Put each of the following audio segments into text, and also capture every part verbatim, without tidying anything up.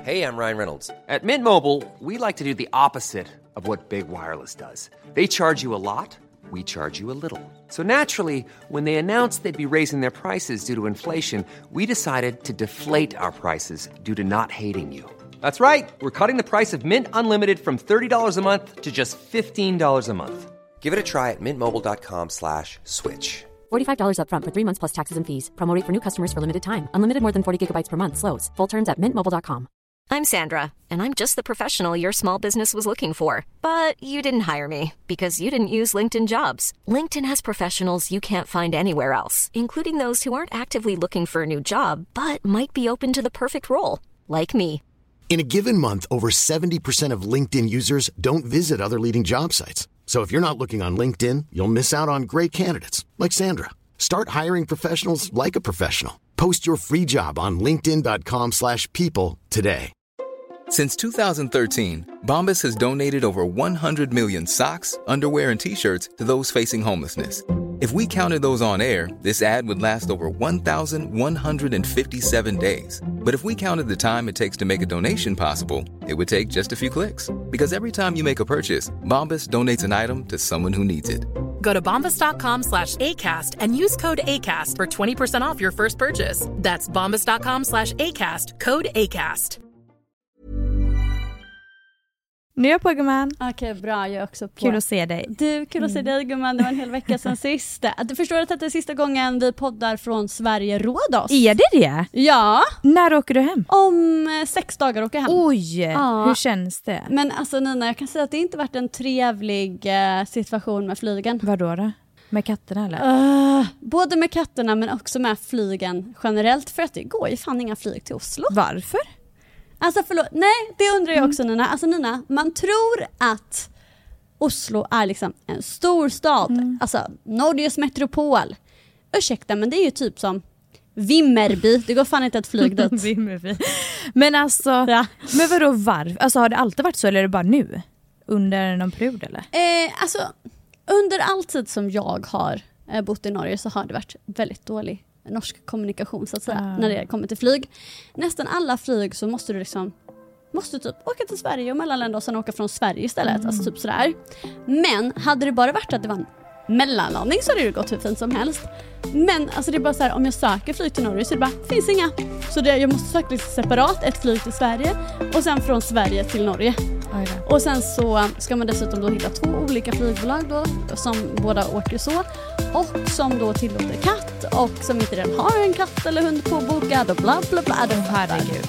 Hey, I'm Ryan Reynolds. At Mint Mobile, we like to do the opposite of what Big Wireless does. They charge you a lot, we charge you a little. So naturally, when they announced they'd be raising their prices due to inflation, we decided to deflate our prices due to not hating you. That's right. We're cutting the price of Mint Unlimited from thirty dollars a month to just fifteen dollars a month. Give it a try at mintmobile.com slash switch. forty-five dollars up front for three months plus taxes and fees. Promo rate for new customers for limited time. Unlimited more than forty gigabytes per month slows. Full terms at mint mobile dot com. I'm Sandra, and I'm just the professional your small business was looking for. But you didn't hire me because you didn't use LinkedIn Jobs. LinkedIn has professionals you can't find anywhere else, including those who aren't actively looking for a new job, but might be open to the perfect role, like me. In a given month, over seventy percent of LinkedIn users don't visit other leading job sites. So if you're not looking on LinkedIn, you'll miss out on great candidates like Sandra. Start hiring professionals like a professional. Post your free job on linkedin dot com slash people today. Since two thousand thirteen, Bombas has donated over one hundred million socks, underwear, and T-shirts to those facing homelessness. If we counted those on air, this ad would last over one thousand one hundred fifty-seven days. But if we counted the time it takes to make a donation possible, it would take just a few clicks. Because every time you make a purchase, Bombas donates an item to someone who needs it. Go to bombas.com slash ACAST and use code ACAST for twenty percent off your first purchase. That's bombas.com slash ACAST, code ACAST. Nu är jag på, gumman. Okej, okay, bra. Jag är också på. Kul att se dig. Du, kul att se dig, gumman. Det var en hel vecka sedan sist. Du förstår att det är sista gången vi poddar från Sverige Rhodos. Är det det? Ja. När åker du hem? Om sex dagar åker jag hem. Oj, ja. Hur känns det? Men alltså Nina, jag kan säga att det inte varit en trevlig eh, situation med flygen. Vadå då? Med katterna eller? Uh, både med katterna men också med flygen generellt. För att det går ju fan inga flyg till Oslo. Varför? Alltså förlåt, nej det undrar jag också Nina. Alltså Nina, man tror att Oslo är liksom en stor stad. Mm. Alltså Norges metropol. Ursäkta, men det är ju typ som Vimmerby. Det går fan inte ett flyg dit. Vimmerby. Men alltså, ja. Men vadå varv? Alltså har det alltid varit så eller är det bara nu? Under någon period eller? Eh, alltså, under all tid som jag har eh, bott i Norge så har det varit väldigt dålig norsk kommunikation så att säga, uh. när det kommer till flyg. Nästan alla flyg så måste du liksom måste typ åka till Sverige och mellanlanda och sen åka från Sverige istället. Mm. Alltså typ sådär. Men hade det bara varit att det var en mellanlandning så hade det gått hur fint som helst. Men alltså det är bara så här, om jag söker flyg till Norge så är det bara, finns inga. Så det, jag måste söka lite separat ett flyg till Sverige och sen från Sverige till Norge. Och sen så ska man dessutom då hitta två olika flygbolag då, som båda åker så. Och som då tillåter katt och som inte redan har en katt eller hund påbokad och bla bla bla. Oh, herregud.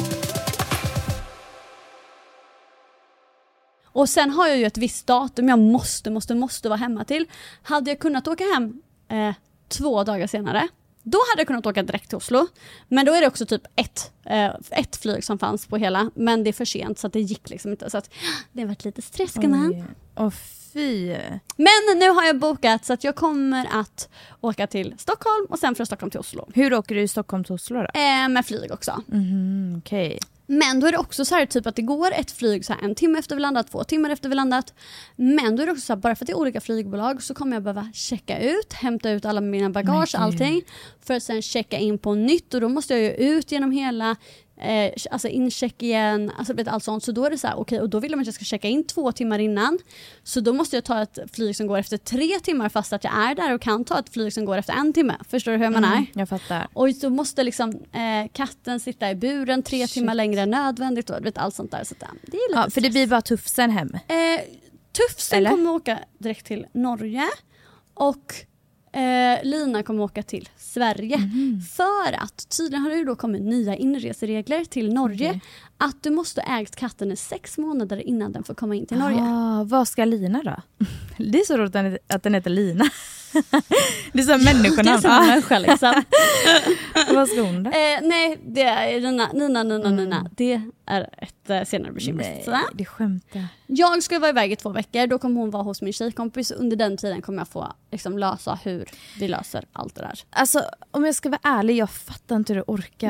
Och sen har jag ju ett visst datum jag måste, måste, måste vara hemma till. Hade jag kunnat åka hem eh, två dagar senare, då hade jag kunnat åka direkt till Oslo. Men då är det också typ ett, eh, ett flyg som fanns på hela. Men det är för sent så att det gick liksom inte. Så att det har varit lite stressande. Åh fy. Men nu har jag bokat så att jag kommer att åka till Stockholm och sen från Stockholm till Oslo. Hur åker du i Stockholm till Oslo då? Eh, med flyg också. Mm, okej. Okay. Men då är det också så här typ att det går ett flyg så här en timme efter vi landat, två timmar efter vi landat. Men då är det också så här, bara för att det är olika flygbolag så kommer jag behöva checka ut, hämta ut alla mina bagage, allting. För att sen checka in på nytt och då måste jag ju ut genom hela eh, alltså incheck igen, alltså vet allt sånt. Så då är det så här, okej, okay, och då vill de att jag ska checka in två timmar innan. Så då måste jag ta ett flyg som går efter tre timmar fast att jag är där och kan ta ett flyg som går efter en timme. Förstår du hur man mm, är? Jag fattar. Och så måste liksom eh, katten sitta i buren tre Shit. timmar längre än nödvändigt och vet allt sånt där. Så det är lite ja, för stress. Det blir bara Tufsen hem. Eh, Tufsen Eller? kommer åka direkt till Norge och Eh, Lina kommer åka till Sverige mm. för att tydligen har det ju då kommit nya inreseregler till Norge okay. att du måste ha ägt katten i sex månader innan den får komma in till Norge. Ah, vad ska Lina då? Det är så roligt att den heter Lina. Det är som människorna. Det är som människa liksom. Vad ska hon då? Eh, nej, det är Nina, Nina, Nina, mm. Nina. Det är ett eh, senare bekymmer. Nej, det skämtar. Jag ska vara iväg i två veckor. Då kommer hon vara hos min tjejkompis. Under den tiden kommer jag få liksom, lösa hur vi löser allt det där. Alltså, om jag ska vara ärlig, jag fattar inte hur du orkar. Nina,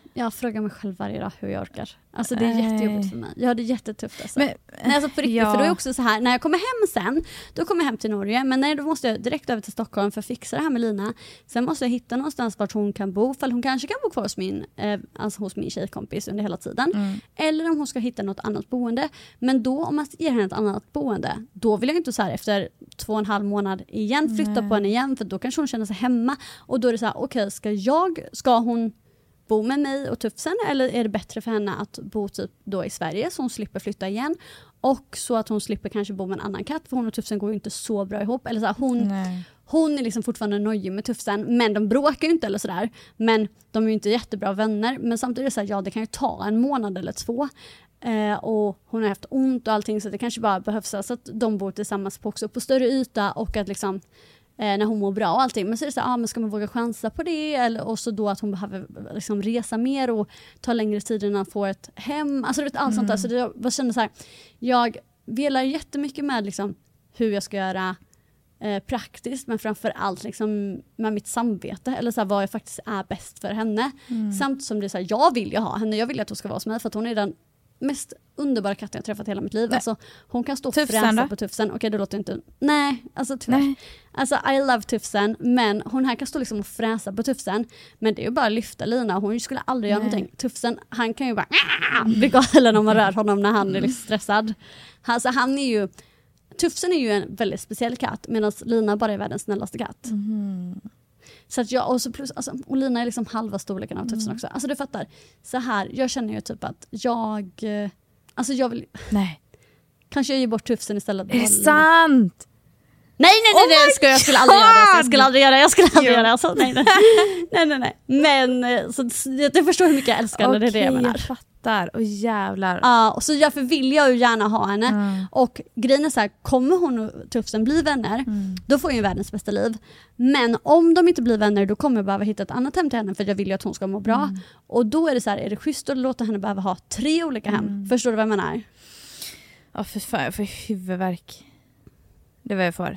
Jag frågar mig själv varje dag hur jag orkar. Alltså det är äh. jättejobbigt för mig. Jag har det jättetufft alltså. Men, nej, alltså på riktigt, ja. För då är det också så här, när jag kommer hem sen, då kommer jag hem till Norge, men nej, då måste jag direkt över till Stockholm för att fixa det här med Lina. Sen måste jag hitta någonstans vart hon kan bo, för hon kanske kan bo kvar hos min, eh, alltså hos min tjejkompis under hela tiden. Mm. Eller om hon ska hitta något annat boende. Men då, om man ger henne ett annat boende, då vill jag inte så här efter två och en halv månad igen flytta nej. på henne igen, för då kanske hon känner sig hemma. Och då är det så här, okej, okay, ska jag, ska hon bo med mig och Tufsen, eller är det bättre för henne att bo typ då i Sverige så hon slipper flytta igen, och så att hon slipper kanske bo med en annan katt, för hon och Tufsen går ju inte så bra ihop, eller så här, hon, hon är liksom fortfarande nöjd med Tufsen, men de bråkar ju inte eller sådär, men de är ju inte jättebra vänner, men samtidigt är det så här, ja, det kan ju ta en månad eller två, eh, och hon har haft ont och allting, så det kanske bara behövs så att de bor tillsammans på, också på större yta, och att liksom när hon mår bra och allting. Men så är det så här, ah, men ska man våga chansa på det? Eller, och så då att hon behöver liksom resa mer och ta längre tid innan få ett hem. Alltså du vet, allt mm. sånt där. Så det, jag känner så här, jag velar jättemycket med liksom, hur jag ska göra eh, praktiskt, men framför allt liksom, med mitt samvete. Eller så här, vad jag faktiskt är bäst för henne. Mm. Samt som det är så här, jag vill ju ha henne. Jag vill att hon ska vara hos mig, för att hon är den mest underbara katten jag träffat hela mitt liv. Alltså, hon kan stå och fräsa på Tufsen. Okej, okay, det låter inte... Nej, alltså tyvärr. Nej. Alltså, I love Tufsen, men hon här kan stå liksom och fräsa på Tufsen. Men det är ju bara att lyfta Lina. Hon skulle aldrig göra någonting. Tufsen, han kan ju bara bli galen om man rör honom när han är liksom stressad. Alltså, han är ju... Tufsen är ju en väldigt speciell katt, medan Lina bara är världens snällaste katt. Mm. Så att jag, och, så plus, alltså, och Lina är liksom halva storleken av Tufsen mm. också. Alltså du fattar, så här, jag känner ju typ att jag, alltså jag vill, nej. Kanske jag ger bort Tufsen istället. Är det sant? Nej, nej, nej, oh nej ska, jag skulle aldrig göra det. Jag skulle aldrig göra det. Jag skulle aldrig göra det. Alltså, nej, nej. nej, nej, nej. Men så, jag förstår hur mycket jag älskar okay, när det är det jag menar. Jag fattar. Och jävlar. Ja, uh, och så därför vill jag ju gärna ha henne. Mm. Och grejen är så här, kommer hon och Tufsen bli vänner, mm. då får ju världens bästa liv. Men om de inte blir vänner, då kommer jag behöva hitta ett annat hem till henne, för jag vill ju att hon ska må bra. Mm. Och då är det så här, är det schysst att låta henne behöva ha tre olika hem? Mm. Förstår du vad jag menar? Ja, för fan, jag får huvudvärk. Det var jag för.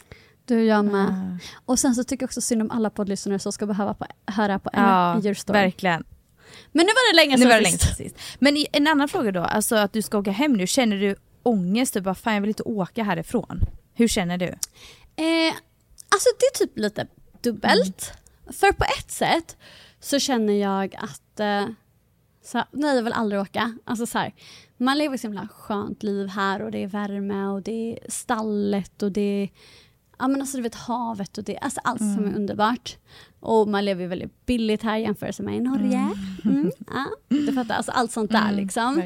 Du, jag med. Mm. Och sen så tycker jag också synd om alla poddlyssnare som ska behöva på, höra på en ja, Your Story. Verkligen. Men nu var det länge sedan nu var det sist. Länge sist. Men en annan fråga då, alltså att du ska åka hem nu, känner du ångest? Du bara, fan jag vill inte åka härifrån. Hur känner du? Eh, alltså det är typ lite dubbelt. Mm. För på ett sätt så känner jag att eh, så, nej, jag vill aldrig åka. Alltså så här, man lever ett himla skönt liv här, och det är värme och det är stallet och det är, ja men alltså du vet, havet och det, alltså allt mm. som är underbart. Och man lever ju väldigt billigt här jämfört med i Norge. Mm. Mm, ja, du fattar, alltså allt sånt där mm, liksom.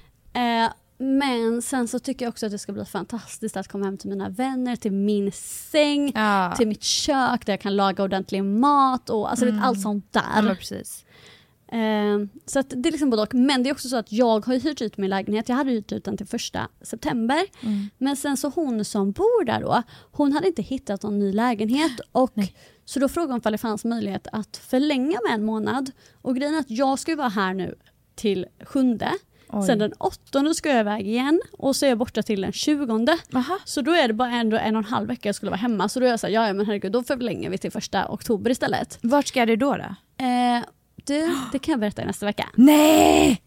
Eh, men sen så tycker jag också att det ska bli fantastiskt att komma hem till mina vänner, till min säng, ja. till mitt kök där jag kan laga ordentlig mat och alltså mm. vet, allt sånt där. Ja, precis. Uh, så att det är liksom både och. Men det är också så att jag har hyrt ut min lägenhet. Jag hade hyrt ut den till första september. Mm. Men sen så hon som bor där då, hon hade inte hittat någon ny lägenhet. Och Nej. Så då frågade hon om det fanns möjlighet att förlänga med en månad. Och grejen är att jag ska vara här nu till sjunde. Oj. Sen den åttonde ska jag iväg igen. Och så är jag borta till den tjugonde. Aha. Så då är det bara ändå en och en halv vecka jag skulle vara hemma. Så då är jag så här, ja men herregud, då förlänger vi till första oktober istället. Vart ska du då då? Eh, Du, det kan jag berätta i nästa vecka. Nej!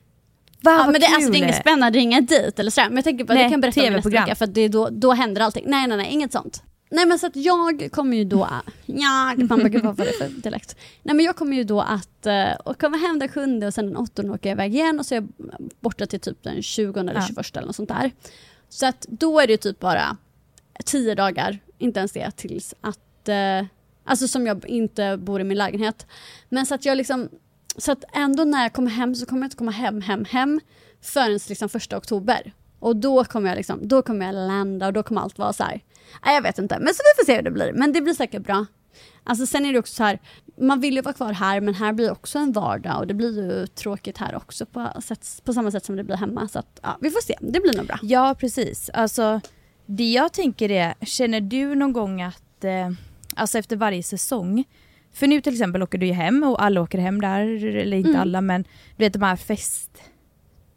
Va, ja, men det, alltså, det är inget spännande, det är inget dit eller sådär. Men jag tänker på att det kan jag berätta i nästa vecka, för det är då, då händer allting. Nej, nej, nej, inget sånt. Nej, men så att jag kommer ju då, ja, man brukar vara för det för dialekt. Nej, men jag kommer ju då att uh, komma hem den sjunde och sen den åttonde åker jag iväg igen, och så är jag borta till typ den tjugonde eller tjugoförsta eller något sånt där. Så att då är det typ bara tio dagar, inte ens det, tills att uh, alltså som jag inte bor i min lägenhet. Men så att jag liksom, så att ändå när jag kommer hem så kommer jag inte komma hem, hem, hem förrän liksom första oktober. Och då kommer jag liksom, då kommer jag landa och då kommer allt vara så här. Nej, jag vet inte, men så vi får se hur det blir. Men det blir säkert bra. Alltså sen är det också så här, man vill ju vara kvar här, men här blir också en vardag och det blir ju tråkigt här också på, sätt, på samma sätt som det blir hemma. Så att ja, vi får se, det blir nog bra. Ja, precis. Alltså det jag tänker är, känner du någon gång att eh, alltså efter varje säsong, för nu till exempel åker du ju hem och alla åker hem där, eller inte mm. alla, men du vet de här fest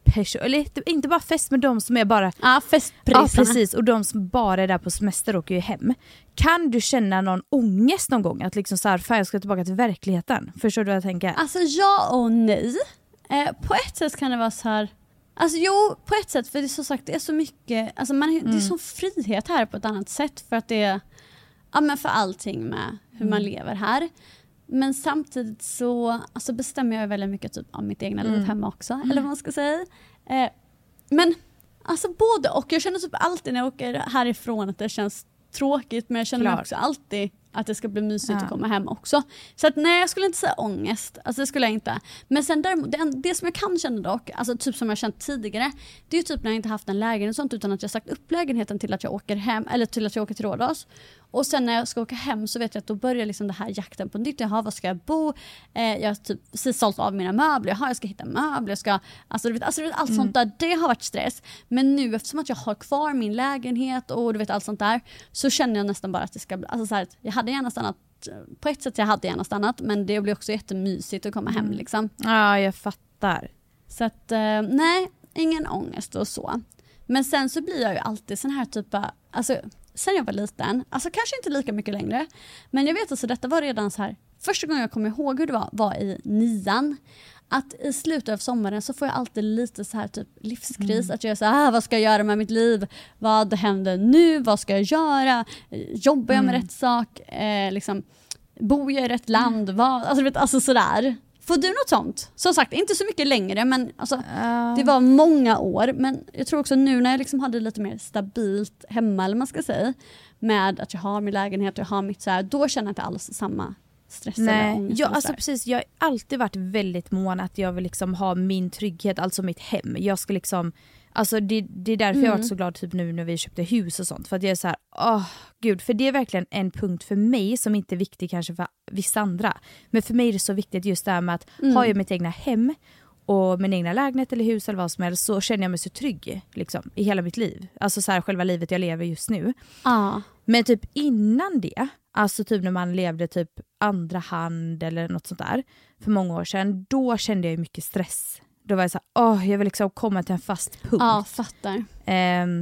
person, eller inte bara fest, men de som är bara ja, festpriserna. Ja, precis, och de som bara är där på semester åker ju hem. Kan du känna någon ångest någon gång att liksom så här, fan jag ska tillbaka till verkligheten? Förstår du vad jag tänker? Alltså ja och nej. Eh, på ett sätt kan det vara så här. Alltså jo, på ett sätt, för det är så sagt, det är så mycket, alltså man, mm. det är så frihet här på ett annat sätt för att det är, ja men för allting med hur mm. man lever här. Men samtidigt så alltså bestämmer jag väldigt mycket typ om mitt egna mm. liv hemma också, mm. eller vad man ska säga. Eh, men alltså både och, jag känner typ alltid när jag åker härifrån att det känns tråkigt, men jag känner mig också alltid att det ska bli mysigt ja. att komma hem också. Så att nej, jag skulle inte säga ångest. Alltså det skulle jag inte. Men sen däremot, det, det som jag kan känna dock, alltså typ som jag känt tidigare, det är ju typ när jag inte haft en lägenhet och sånt, utan att jag sagt upp lägenheten till att jag åker hem, eller till att jag åker till Rhodos. Och sen när jag ska åka hem så vet jag att då börjar liksom det här jakten på nytt. Jaha, var ska jag bo? Eh, jag har typ precis sålt av mina möbler. Jaha, jag ska hitta möbler. Jag ska, alltså, du vet, alltså, du vet, allt mm. sånt där, det har varit stress. Men nu eftersom att jag har kvar min lägenhet och du vet allt sånt där, så känner jag nästan bara att det ska bli, alltså så här, jag hade gärna stannat, på ett sätt jag hade gärna stannat, men det blir också jättemysigt att komma hem mm. liksom. Ja, jag fattar. Så att, eh, nej, ingen ångest och så. Men sen så blir jag ju alltid sån här typ av, alltså sen jag var liten, alltså kanske inte lika mycket längre, men jag vet alltså detta var redan så här, första gången jag kommer ihåg hur det var, var i nian, att i slutet av sommaren så får jag alltid lite så här typ livskris, mm. att jag är så här, ah, vad ska jag göra med mitt liv, vad händer nu, vad ska jag göra, jobbar jag med mm. rätt sak, eh, liksom, bor jag i rätt land, vad, alltså, vet, alltså sådär. Får du något sånt? Som sagt, inte så mycket längre, men alltså, uh. det var många år. Men jag tror också nu när jag liksom hade lite mer stabilt hemma, eller man ska säga, med att jag har min lägenhet och jag har mitt så här, då känner jag inte alls samma stress. Nej, eller ja, alltså precis, jag har alltid varit väldigt mån att jag vill liksom ha min trygghet, alltså mitt hem. Jag ska liksom, alltså det, det är därför mm. jag har varit så glad typ nu när vi köpte hus och sånt, för att jag är så här, åh oh, gud, för det är verkligen en punkt för mig som inte är viktig kanske för vissa andra, men för mig är det så viktigt just det här med att mm. har jag mitt egna hem och min egna lägenhet eller hus eller vad som helst, så känner jag mig så trygg liksom, i hela mitt liv, alltså så här, själva livet jag lever just nu. Ah. Men typ innan det, alltså typ när man levde typ andra hand eller något sånt där för många år sedan, då kände jag mycket stress. Då var jag så här, åh, jag vill liksom komma till en fast punkt. Ja, fattar. Um,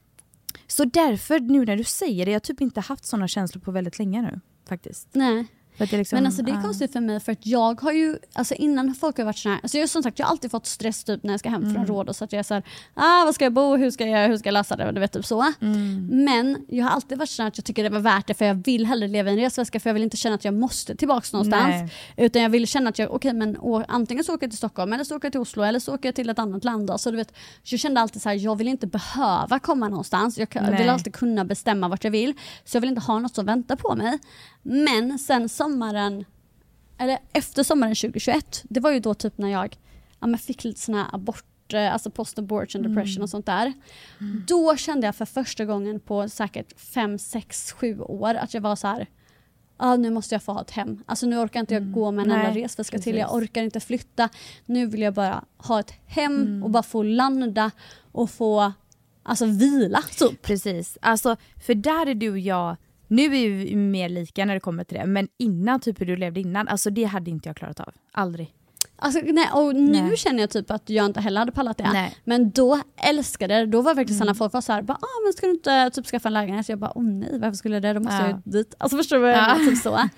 så därför, nu när du säger det, jag har typ inte haft sådana känslor på väldigt länge nu, faktiskt. Nej. För att det liksom, men alltså det är uh. konstigt för mig, för att jag har ju, alltså innan folk har varit så här, alltså jag som sagt, jag har alltid fått stress typ när jag ska hem mm. från Rhodos, så att jag är så här, ah, vad ska jag bo, hur ska jag, hur ska jag läsa det, du vet typ så. Mm. Men jag har alltid varit så här att jag tycker det var värt det, för jag vill hellre leva i en resväska, för jag vill inte känna att jag måste tillbaka någonstans. Nej. Utan jag vill känna att jag, okej okay, men å, antingen så åker jag till Stockholm, eller så åker jag till Oslo, eller så åker jag till ett annat land då. Så du vet, jag kände alltid så här, jag vill inte behöva komma någonstans, jag Nej. vill alltid kunna bestämma vart jag vill, så jag vill inte ha något som väntar på mig. Men sen sommaren, eller efter sommaren tjugohundratjugoett, det var ju då typ när jag ja, men fick lite såna här abort, alltså post-abortion depression mm. och sånt där. Mm. Då kände jag för första gången på säkert fem, sex, sju år att jag var så här, ah, nu måste jag få ha ett hem. Alltså nu orkar inte jag gå med en Nej, enda resväska till, jag orkar inte flytta. Nu vill jag bara ha ett hem mm. och bara få landa och få alltså vila typ. Precis, alltså för där är du och jag. Nu är vi mer lika när det kommer till det. Men innan, typ hur du levde innan, alltså det hade inte jag klarat av. Aldrig. Alltså, nej, och nu nej. känner jag typ att jag inte heller hade pallat det. Nej. Men då älskade det. Då var det verkligen mm. så när folk var så här, bara, ah, men ska du inte typ skaffa en lägenhet? Så jag bara, åh oh, nej, varför skulle jag det? Då måste ja. jag dit. Alltså förstår du? Ja. Typ så. uh,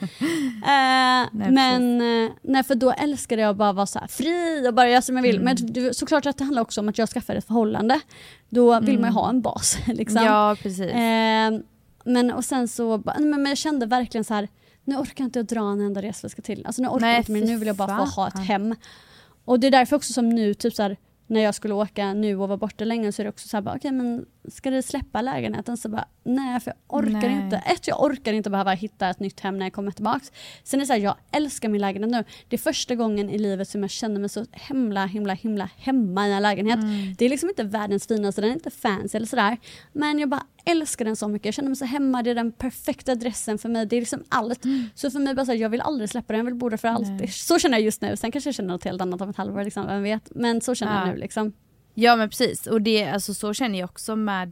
nej, men uh, nej, för då älskade jag bara vara så här fri och bara göra som jag vill. Mm. Men du, såklart att det handlar också om att jag skaffar ett förhållande. Då mm. vill man ju ha en bas. Liksom. Ja, precis. Uh, Men och sen så men, men jag kände verkligen så här, nu orkar jag inte att dra en enda resväska till. Alltså nu orkar jag inte, men nu vill jag bara få ha ett hem. Och det är därför också som nu typ så här, när jag skulle åka nu och vara borta länge, så är det också så här, okej okay, men ska det släppa lägenheten? Så bara, nej, för jag orkar nej. inte. Ett, jag orkar inte behöva hitta ett nytt hem när jag kommer tillbaka. Sen är det så här, jag älskar min lägenhet nu. Det är första gången i livet som jag känner mig så himla, himla, himla hemma i en lägenhet. Mm. Det är liksom inte världens finaste, den är inte fancy eller sådär. Men jag bara älskar den så mycket. Jag känner mig så hemma, det är den perfekta adressen för mig. Det är liksom allt. Mm. Så för mig bara så här, jag vill aldrig släppa den, jag vill bo där för alltid. Så känner jag just nu. Sen kanske jag känner något helt annat om ett halvår, liksom, vem vet. Men så känner ja. jag nu liksom. Ja, men precis. Och det, alltså, så känner jag också med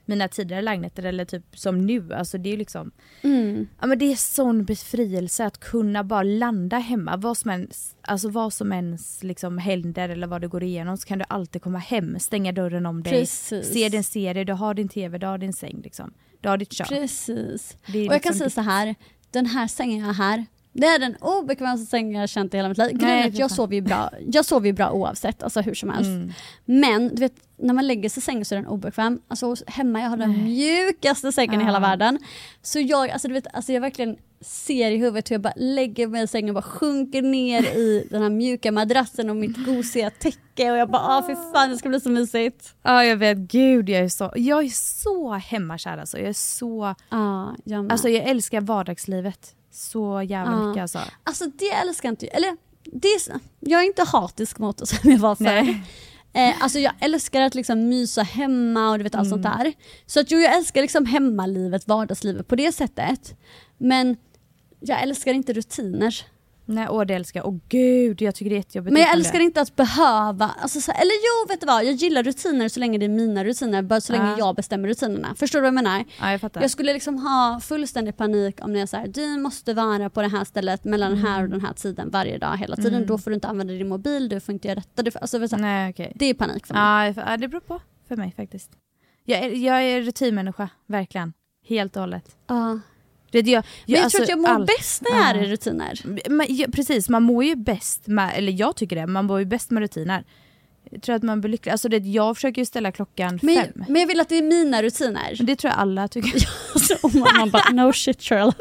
mina tidigare lägenheter eller typ som nu. Alltså det är liksom, Mm. ja men det är sån befrielse att kunna bara landa hemma. Vad som ens, alltså vad som ens liksom händer eller vad du går igenom, så kan du alltid komma hem, stänga dörren om dig, Precis. se din serie, du har din tv, du har din säng liksom. Du har ditt kök. Precis. Det är Och jag kan liksom säga det- så här, den här sängen jag har här, det är den obekvämaste sängen jag har känt i hela mitt liv. Grejen Nej, är att för jag fan. sover ju bra, jag sover ju bra oavsett, alltså hur som helst. Mm. Men du vet, när man lägger sig i sängen så är den obekväm. Alltså hemma jag har den Nej. mjukaste sängen i Ah. hela världen. Så jag, alltså du vet, alltså jag verkligen ser i huvudet hur jag bara lägger mig i sängen och bara sjunker ner i den här mjuka madrassen och mitt gosiga täcke och jag bara, ah fy fan, det ska bli så mysigt. Ja, jag vet, gud jag är så, jag är så hemmakär alltså. Jag är så, Ja, jag med. alltså jag älskar vardagslivet så jävla Ja. mycket alltså. Alltså det älskar inte, eller det är, jag är inte hatisk mot det som jag var förr. Nej. Eh, alltså jag älskar att liksom mysa hemma och du vet allt Mm. sånt där. Så att jo, jag älskar liksom hemmalivet, vardagslivet på det sättet. Men jag älskar inte rutiner. Nej, åh det älskar jag. Åh gud, jag tycker det är jättejobbigt. Men jag utan älskar det. inte att behöva, alltså så, eller jo vet du vad, jag gillar rutiner så länge det är mina rutiner, bara så länge Ja. jag bestämmer rutinerna. Förstår du vad jag menar? Ja, jag fattar. Jag skulle liksom ha fullständig panik om jag säger du måste vara på det här stället mellan den här och den här tiden varje dag hela tiden. Mm. Då får du inte använda din mobil, du får inte göra detta. Du får, alltså, vet du, Nej, okej. det är panik för mig. Ja, jag- ja, det beror på för mig faktiskt. Jag är, jag är rutinmänniska, verkligen. Helt och hållet. Ja. Det, jag, jag, Men jag alltså, tror att jag mår allt- bäst när jag är Ja. i rutiner. Men, ja, precis, man mår ju bäst med, eller jag tycker det, man mår ju bäst med rutiner. Jag tror att man blir lycklig. Alltså det, jag försöker ju ställa klockan Men, fem. men jag vill att det är mina rutiner. Men det tror jag alla tycker. Alltså, och man, man bara, no shit Sherlock.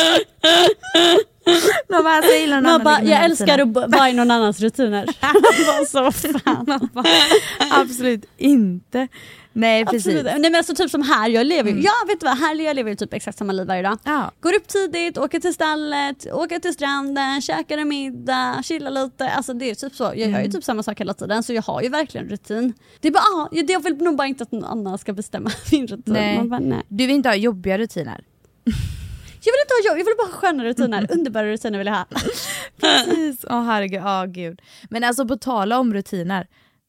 Man bara, så gillar någon Man annan bara, ligger med jag mina älskar rutiner. att vara i någon annans rutiner. Bara, så fan. Man bara, absolut inte. Nej, precis. Absolut. Nej men alltså typ som här, jag lever ju, Mm. ja vet du vad, här jag lever ju typ exakt samma liv varje dag. Ja. Går upp tidigt, åker till stallet, åker till stranden, käkar en middag, chillar lite. Alltså det är typ så, jag gör ju Mm. typ samma sak hela tiden så jag har ju verkligen rutin. Det är bara, ah, jag jag vill nog bara inte att någon annan ska bestämma min rutin. Nej. Man bara, nej. Du vill inte ha jobbiga rutiner. Jag vill inte ha jobb, jag vill bara ha sköna rutiner, underbara rutiner vill jag ha. Precis, åh herregud, åh gud. Men alltså på tala om rutiner.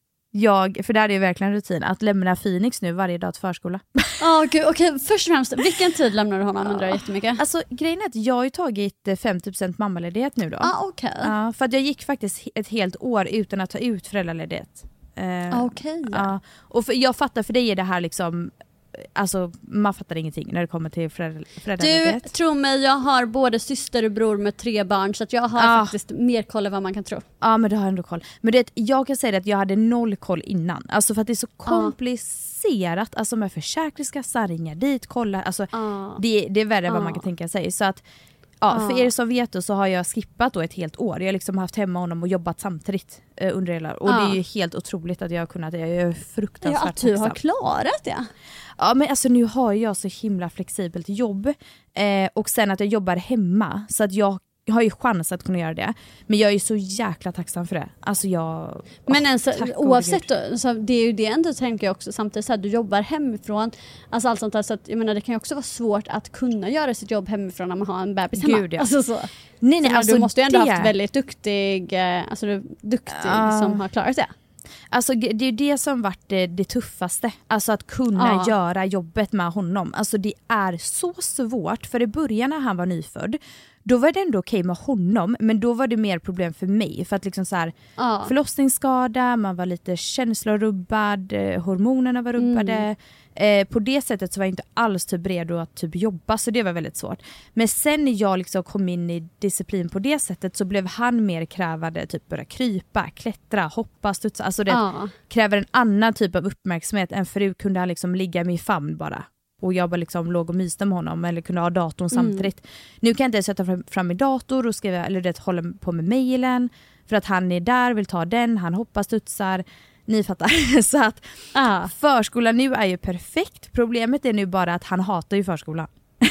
Jag, för det här är ju verkligen rutin, att lämna Phoenix nu varje dag till förskola. Oh, gud, okej, först och främst, vilken tid lämnar du honom undrar jag jättemycket. Alltså grejen är att jag har ju tagit eh, femtio procent mammaledighet nu då. Ah, okej. Ja, för att jag gick faktiskt ett helt år utan att ta ut föräldraledighet. Eh, Ah, okej. ja. Och för, jag fattar, för dig är det här liksom, alltså man fattar ingenting när det kommer till föräldra, Du, föräldraledighet. tro mig, jag har både syster och bror med tre barn så att jag har Ah. faktiskt mer koll än vad man kan tro. Ja, men du har ändå koll. Men det, jag kan säga att jag hade noll koll innan. Alltså för att det är så komplicerat. Alltså med Försäkringskassan, ringa dit, kolla. Alltså Ah. det, det är värre än vad Ah. man kan tänka sig. Så att, ja, för Ah. er som vet då, så har jag skippat då ett helt år. Jag har liksom haft hemma honom och jobbat samtidigt eh, under hela. Och det Ah. är ju helt otroligt att jag har kunnat. Jag är Ja, fruktansvärt att du har tacksam. klarat det. Ja, men alltså nu har jag så himla flexibelt jobb. Eh, och sen att jag jobbar hemma. Så att jag har ju chans att kunna göra det. Men jag är ju så jäkla tacksam för det. Alltså jag... Men åh, ens, tack gode oavsett, Gud. då, så det är ju det ändå tänker jag också samtidigt så här, du jobbar hemifrån, alltså allt sånt där, så att, jag menar det kan ju också vara svårt att kunna göra sitt jobb hemifrån när man har en bebis hemma. Gud, ja. Alltså, så. Nej, nej, Så alltså du måste ju ändå det... haft väldigt duktig, eh, alltså du är duktig Ja. som har klarat det. Alltså det det är ju det som varit det, det tuffaste. Alltså att kunna Ja. göra jobbet med honom. Alltså det är så svårt. För i början när han var nyfödd, då var det ändå okej med honom. Men då var det mer problem för mig. För att liksom så här, Ja. förlossningsskada, man var lite känslorubbad, eh, hormonerna var rubbade. Mm. Eh, på det sättet så var jag inte alls typ redo att typ jobba, så det var väldigt svårt. Men sen när jag liksom kom in i disciplin på det sättet så blev han mer krävande, typ börja krypa, klättra, hoppa, studsa. Alltså det Ja. kräver en annan typ av uppmärksamhet än förut kunde han liksom ligga i min famn bara. Och jag bara liksom låg och myste med honom eller kunde ha datorn Mm. samtidigt. Nu kan jag inte sätta fram, fram min dator och skriva, eller det hålla på med mejlen för att han är där, vill ta den, han hoppar, studsar. Ni fattar. Så att Ja. förskolan nu är ju perfekt. Problemet är nu bara att han hatar ju förskolan.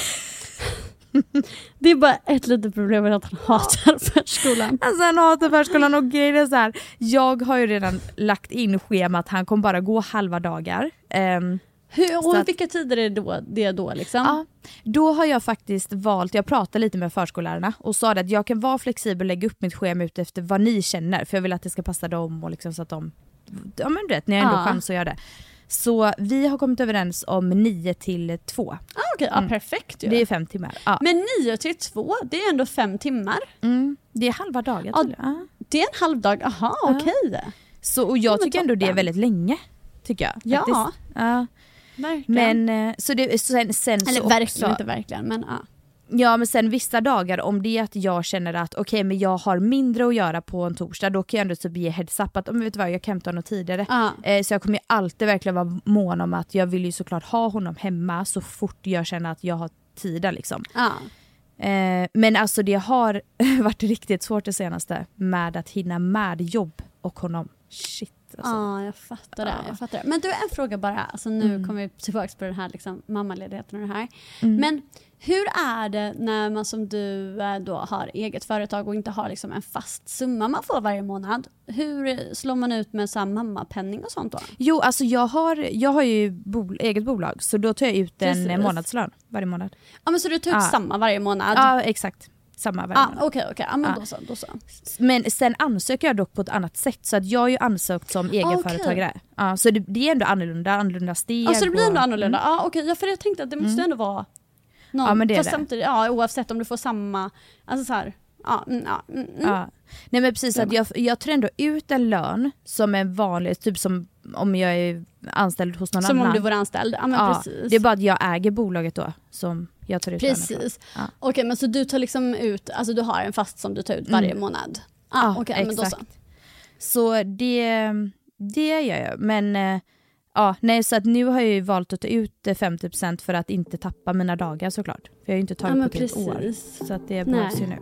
Det är bara ett litet problem med att han hatar förskolan. Alltså han hatar förskolan och grejen är så här. Jag har ju redan lagt in schemat, han kommer bara gå halva dagar. Um, Hur, Så och att- vilka tider är det då, det då liksom? Ja, då har jag faktiskt valt, jag pratade lite med förskollärarna och sa att jag kan vara flexibel och lägga upp mitt schema ut efter vad ni känner, för jag vill att det ska passa dem och liksom så att de, ja men du vet, ni har ändå Ja. chans att göra det. Så vi har kommit överens om nio till två. Ah, okej, okay. ja, mm. perfekt ju. Det är fem timmar. Ja. Men nio till två, det är ändå fem timmar. Mm. Det är halva dagen. Ja, ja. Det är en halv dag, aha, ja. okej. Okay. Så, och jag tycker ändå det är väldigt länge, tycker jag. Ja, ja. Verkligen. Men så det, sen, sen Eller så verkligen, också, inte verkligen, men ja. Ja, men sen vissa dagar, om det är att jag känner att okej, okay, men jag har mindre att göra på en torsdag, då kan jag ändå typ ge heads up att, om vet du vad, jag kan hämta honom tidigare. Ah. Eh, så jag kommer ju alltid verkligen vara mån om att jag vill ju såklart ha honom hemma så fort jag känner att jag har tiden liksom. Ah. Eh, men alltså det har varit riktigt svårt det senaste med att hinna med jobb och honom. Shit. Ja, alltså. ah, jag fattar det. Jag fattar det. Men du, en fråga bara. Alltså nu mm. kommer vi tillbaka på den här liksom, mammaledigheten och det här. Mm. Men hur är det när man som du då har eget företag och inte har liksom en fast summa man får varje månad? Hur slår man ut med så här mammapenning och sånt då? Jo, alltså jag har, jag har ju bol, eget bolag, så då tar jag ut en Precis. månadslön varje månad. Ja, men så du tar ut ah. samma varje månad? Ja, exakt. Samma varje ah, månad. Okej, okay, okej. Okay. Ja, men ah. då så, då så. Men sen ansöker jag dock på ett annat sätt, så att jag har ju ansökt som egenföretagare. Okay. Ja, så det, det är ändå annorlunda, annorlunda steg. Ja, så det blir ändå och, annorlunda. Mm. Ja, okej. Okay. Ja, för jag tänkte att det måste mm. ändå vara någon. Ja, men det är det. Samtidigt, ja, oavsett om du får samma, alltså så här. Ja, mm, ja, mm, mm. ja. Nej, men precis, att jag, jag tar ändå ut en lön som är vanlig, typ som om jag är anställd hos någon som annan. Som om du var anställd, ja men ja, precis. Det är bara att jag äger bolaget då som jag tar ut. Precis. Ja. Okej, okay, men så du tar liksom ut, alltså du har en fast som du tar ut varje mm. månad. Ah, ja, okej, okay, men då så. Så det, det gör jag. Men ja, nej, så att nu har jag ju valt att ta ut femtio procent för att inte tappa mina dagar såklart. För jag har ju inte tagit ja, på ett år. Så att det behövs ju nu.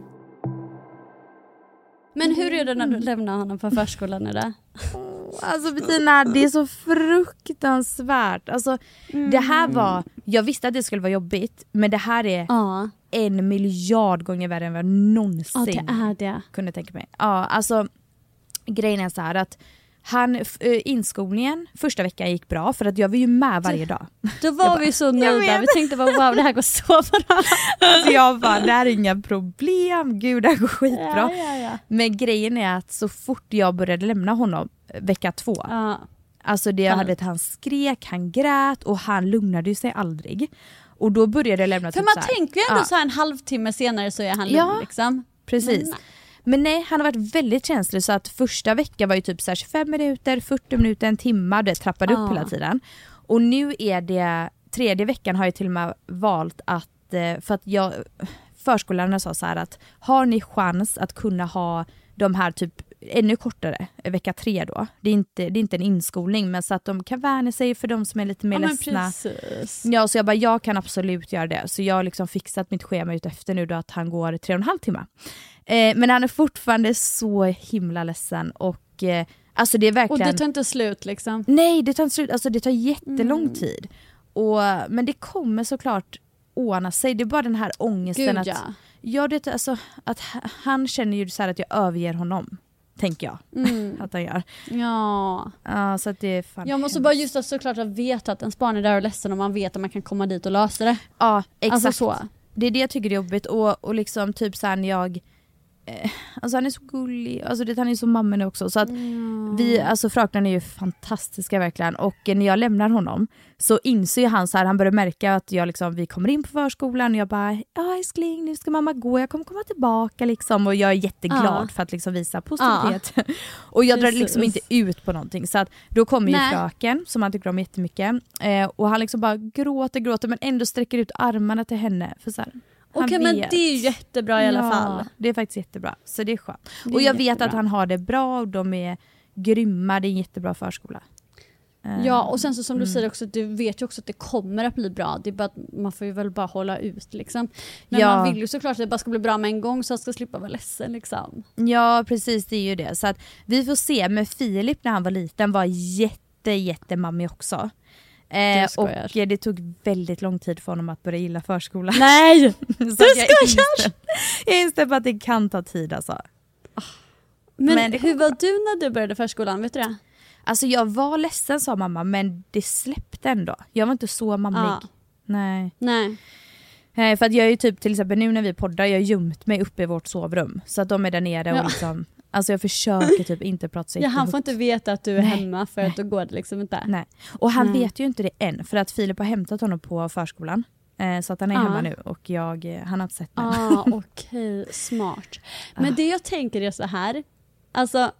Men hur är det när du lämnar honom på förskolan nu då? Alltså Bettina, det är så fruktansvärt. Alltså mm. det här var, jag visste att det skulle vara jobbigt, men det här är ja. en miljard gånger värre än vad jag någonsin ja, det är det. kunde tänka mig. Ja, alltså grejen är så här att han, inskolningen första veckan gick bra för att jag var ju med varje dag. Då var bara, vi så nöjda. Vi tänkte bara wow, det här går så bra. Alltså jag bara, det här är inga problem. Gud, det här går skitbra. Ja, ja, ja. Men grejen är att så fort jag började lämna honom vecka två. Ja. Alltså det jag hade att han skrek, han grät och han lugnade ju sig aldrig. Och då började jag lämna. För typ man så här, tänker ju ändå ja. så här en halvtimme senare så är han lugn ja, liksom. Precis. Men, Men nej, han har varit väldigt känslig, så att första veckan var ju typ så här tjugofem minuter, fyrtio minuter, en timme, det trappade upp ah. hela tiden. Och nu är det, tredje veckan har jag till och med valt att, för att jag, förskollärarna sa så här att har ni chans att kunna ha de här typ ännu kortare, vecka tre då. Det är inte, det är inte en inskolning, men så att de kan värna sig för de som är lite mer ja, ledsna. Precis. Ja, så jag bara, jag kan absolut göra det. Så jag har liksom fixat mitt schema ut efter nu då att han går tre och en halv timme. Eh, men han är fortfarande så himla ledsen och eh, alltså det är verkligen... Och det tar inte slut liksom? Nej, det tar inte slut. Alltså det tar jättelång mm. tid. Och, men det kommer såklart ordna sig. Det är bara den här ångesten. Gud, att... ja. Ja, det, alltså, att han känner ju så här att jag överger honom. Tänker jag mm. att han gör. Ja. Ja, så att det är fan jag måste hemskt. bara just att såklart att veta att ens barn är där och ledsen och man vet att man kan komma dit och lösa det. Ja, exakt. Alltså så. Det är det jag tycker är jobbigt. Och, och liksom typ så här när jag... Eh, alltså han är så gullig. Alltså det, han är så mamma också. Så att mm. vi, alltså fröknarna är ju fantastiska verkligen. Och när jag lämnar honom så inser han så här, han börjar märka att jag liksom, vi kommer in på förskolan och jag bara, ja älskling, nu ska mamma gå, jag kommer komma tillbaka liksom. Och jag är jätteglad ja. för att liksom visa positivitet. Ja. Och jag drar liksom inte ut på någonting. Så att då kommer Nej. ju fröken som han tycker om jättemycket. Eh, och han liksom bara gråter, gråter men ändå sträcker ut armarna till henne. För så här, okej, okay, men det är ju jättebra i alla ja, fall. Det är faktiskt jättebra. Så det är skönt. Det och jag jättebra. vet att han har det bra och de är grymma. Det är en jättebra förskola. Ja, och sen så som mm. du säger också, du vet ju också att det kommer att bli bra. Det är bara att man får ju väl bara hålla ut liksom. Men ja. man vill ju såklart att det bara ska bli bra med en gång så att ska slippa vara ledsen liksom. Ja, precis, det är ju det. Så att vi får se. Men Filip när han var liten var jätte, jättemammig också. Eh, och det tog väldigt lång tid för honom att börja gilla förskolan. Nej! Så du skojar! Jag instämmer på att det kan ta tid alltså. Men, men hur var du när du började förskolan, vet du det? Alltså jag var ledsen, sa mamma, men det släppte ändå. Jag var inte så mammig. Ja. Nej. Nej. Nej, för att jag är ju typ till exempel nu när vi poddar, jag har gömt mig uppe i vårt sovrum. Så att de är där nere och ja. liksom... Alltså jag försöker typ inte prata så ja, han får inte veta att du är Nej. hemma för att då går det liksom inte. Nej. Och han Nej. vet ju inte det än för att Filip har hämtat honom på förskolan. Eh, så att han är ah. hemma nu och jag, han har inte sett mig. Ah, okej, okay. Smart. Men ah. det jag tänker är så här. Alltså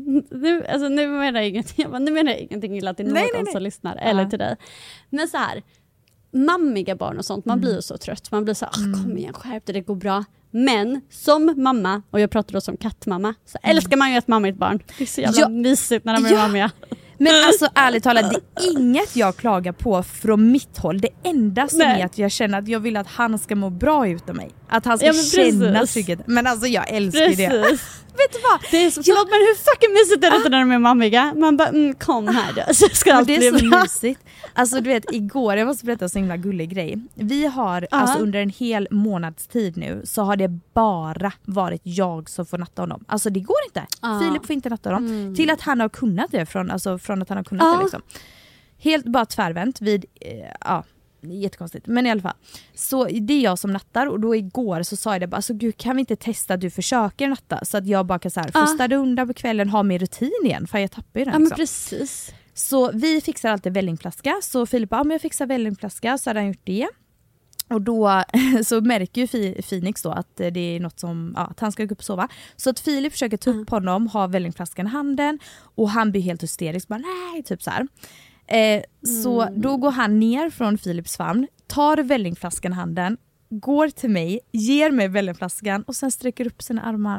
nu, alltså, nu menar jag ingenting. Nu menar jag ingenting illa till någon nej, nej, nej. som lyssnar. Eller ah. till dig. Men så här. Mammiga barn och sånt, man mm. blir så trött. Man blir så här, mm. kom igen, skärp det, det går bra. Men som mamma, och jag pratar då som kattmamma, så mm. älskar man ju ett mammigt barn. Det är så jävla ja. mysigt när de är ja. mammiga. Men alltså ärligt talat, det är inget jag klagar på från mitt håll. Det enda som Nej. är att jag känner att jag vill att han ska må bra utav mig. Att han ska ja, känna trygghet. Men alltså jag älskar precis. det. Vet du vad? Det är så, förlåt, men hur fucking mysigt är det inte när de är mammiga? Man bara, mm, kom här då. Så ska allt det bli är så bra. mysigt. Alltså du vet, igår, jag måste berätta en så himla gullig grej. Vi har, uh-huh. alltså under en hel månads tid nu, så har det bara varit jag som får natta honom. Alltså det går inte. Uh-huh. Filip får inte natta honom. Mm. Till att han har kunnat det, från, alltså från att han har kunnat uh-huh. det liksom. Helt bara tvärvänt vid, eh, ja. Det är jättekonstigt, men i alla fall. Så det är jag som nattar och då igår så sa jag det bara, alltså gud, kan vi inte testa att du försöker natta så att jag bara kan så här få städa undan på kvällen, ha mer rutin igen, för jag tappar ju den. Ja, men liksom. precis. Så vi fixar alltid vällingflaska, så Filip bara, ja, men jag fixar vällingflaska, så hade han gjort det. Och då så märker ju Phoenix då att det är något som, ja, att han ska gå upp och sova. Så att Filip försöker ta upp honom, ha vällingflaskan i handen och han blir helt hysterisk, bara nej, typ så här. Eh, så mm. då går han ner från Philips famn, tar vällingflaskan i handen, går till mig, ger mig vällingflaskan och sen sträcker upp sina armar.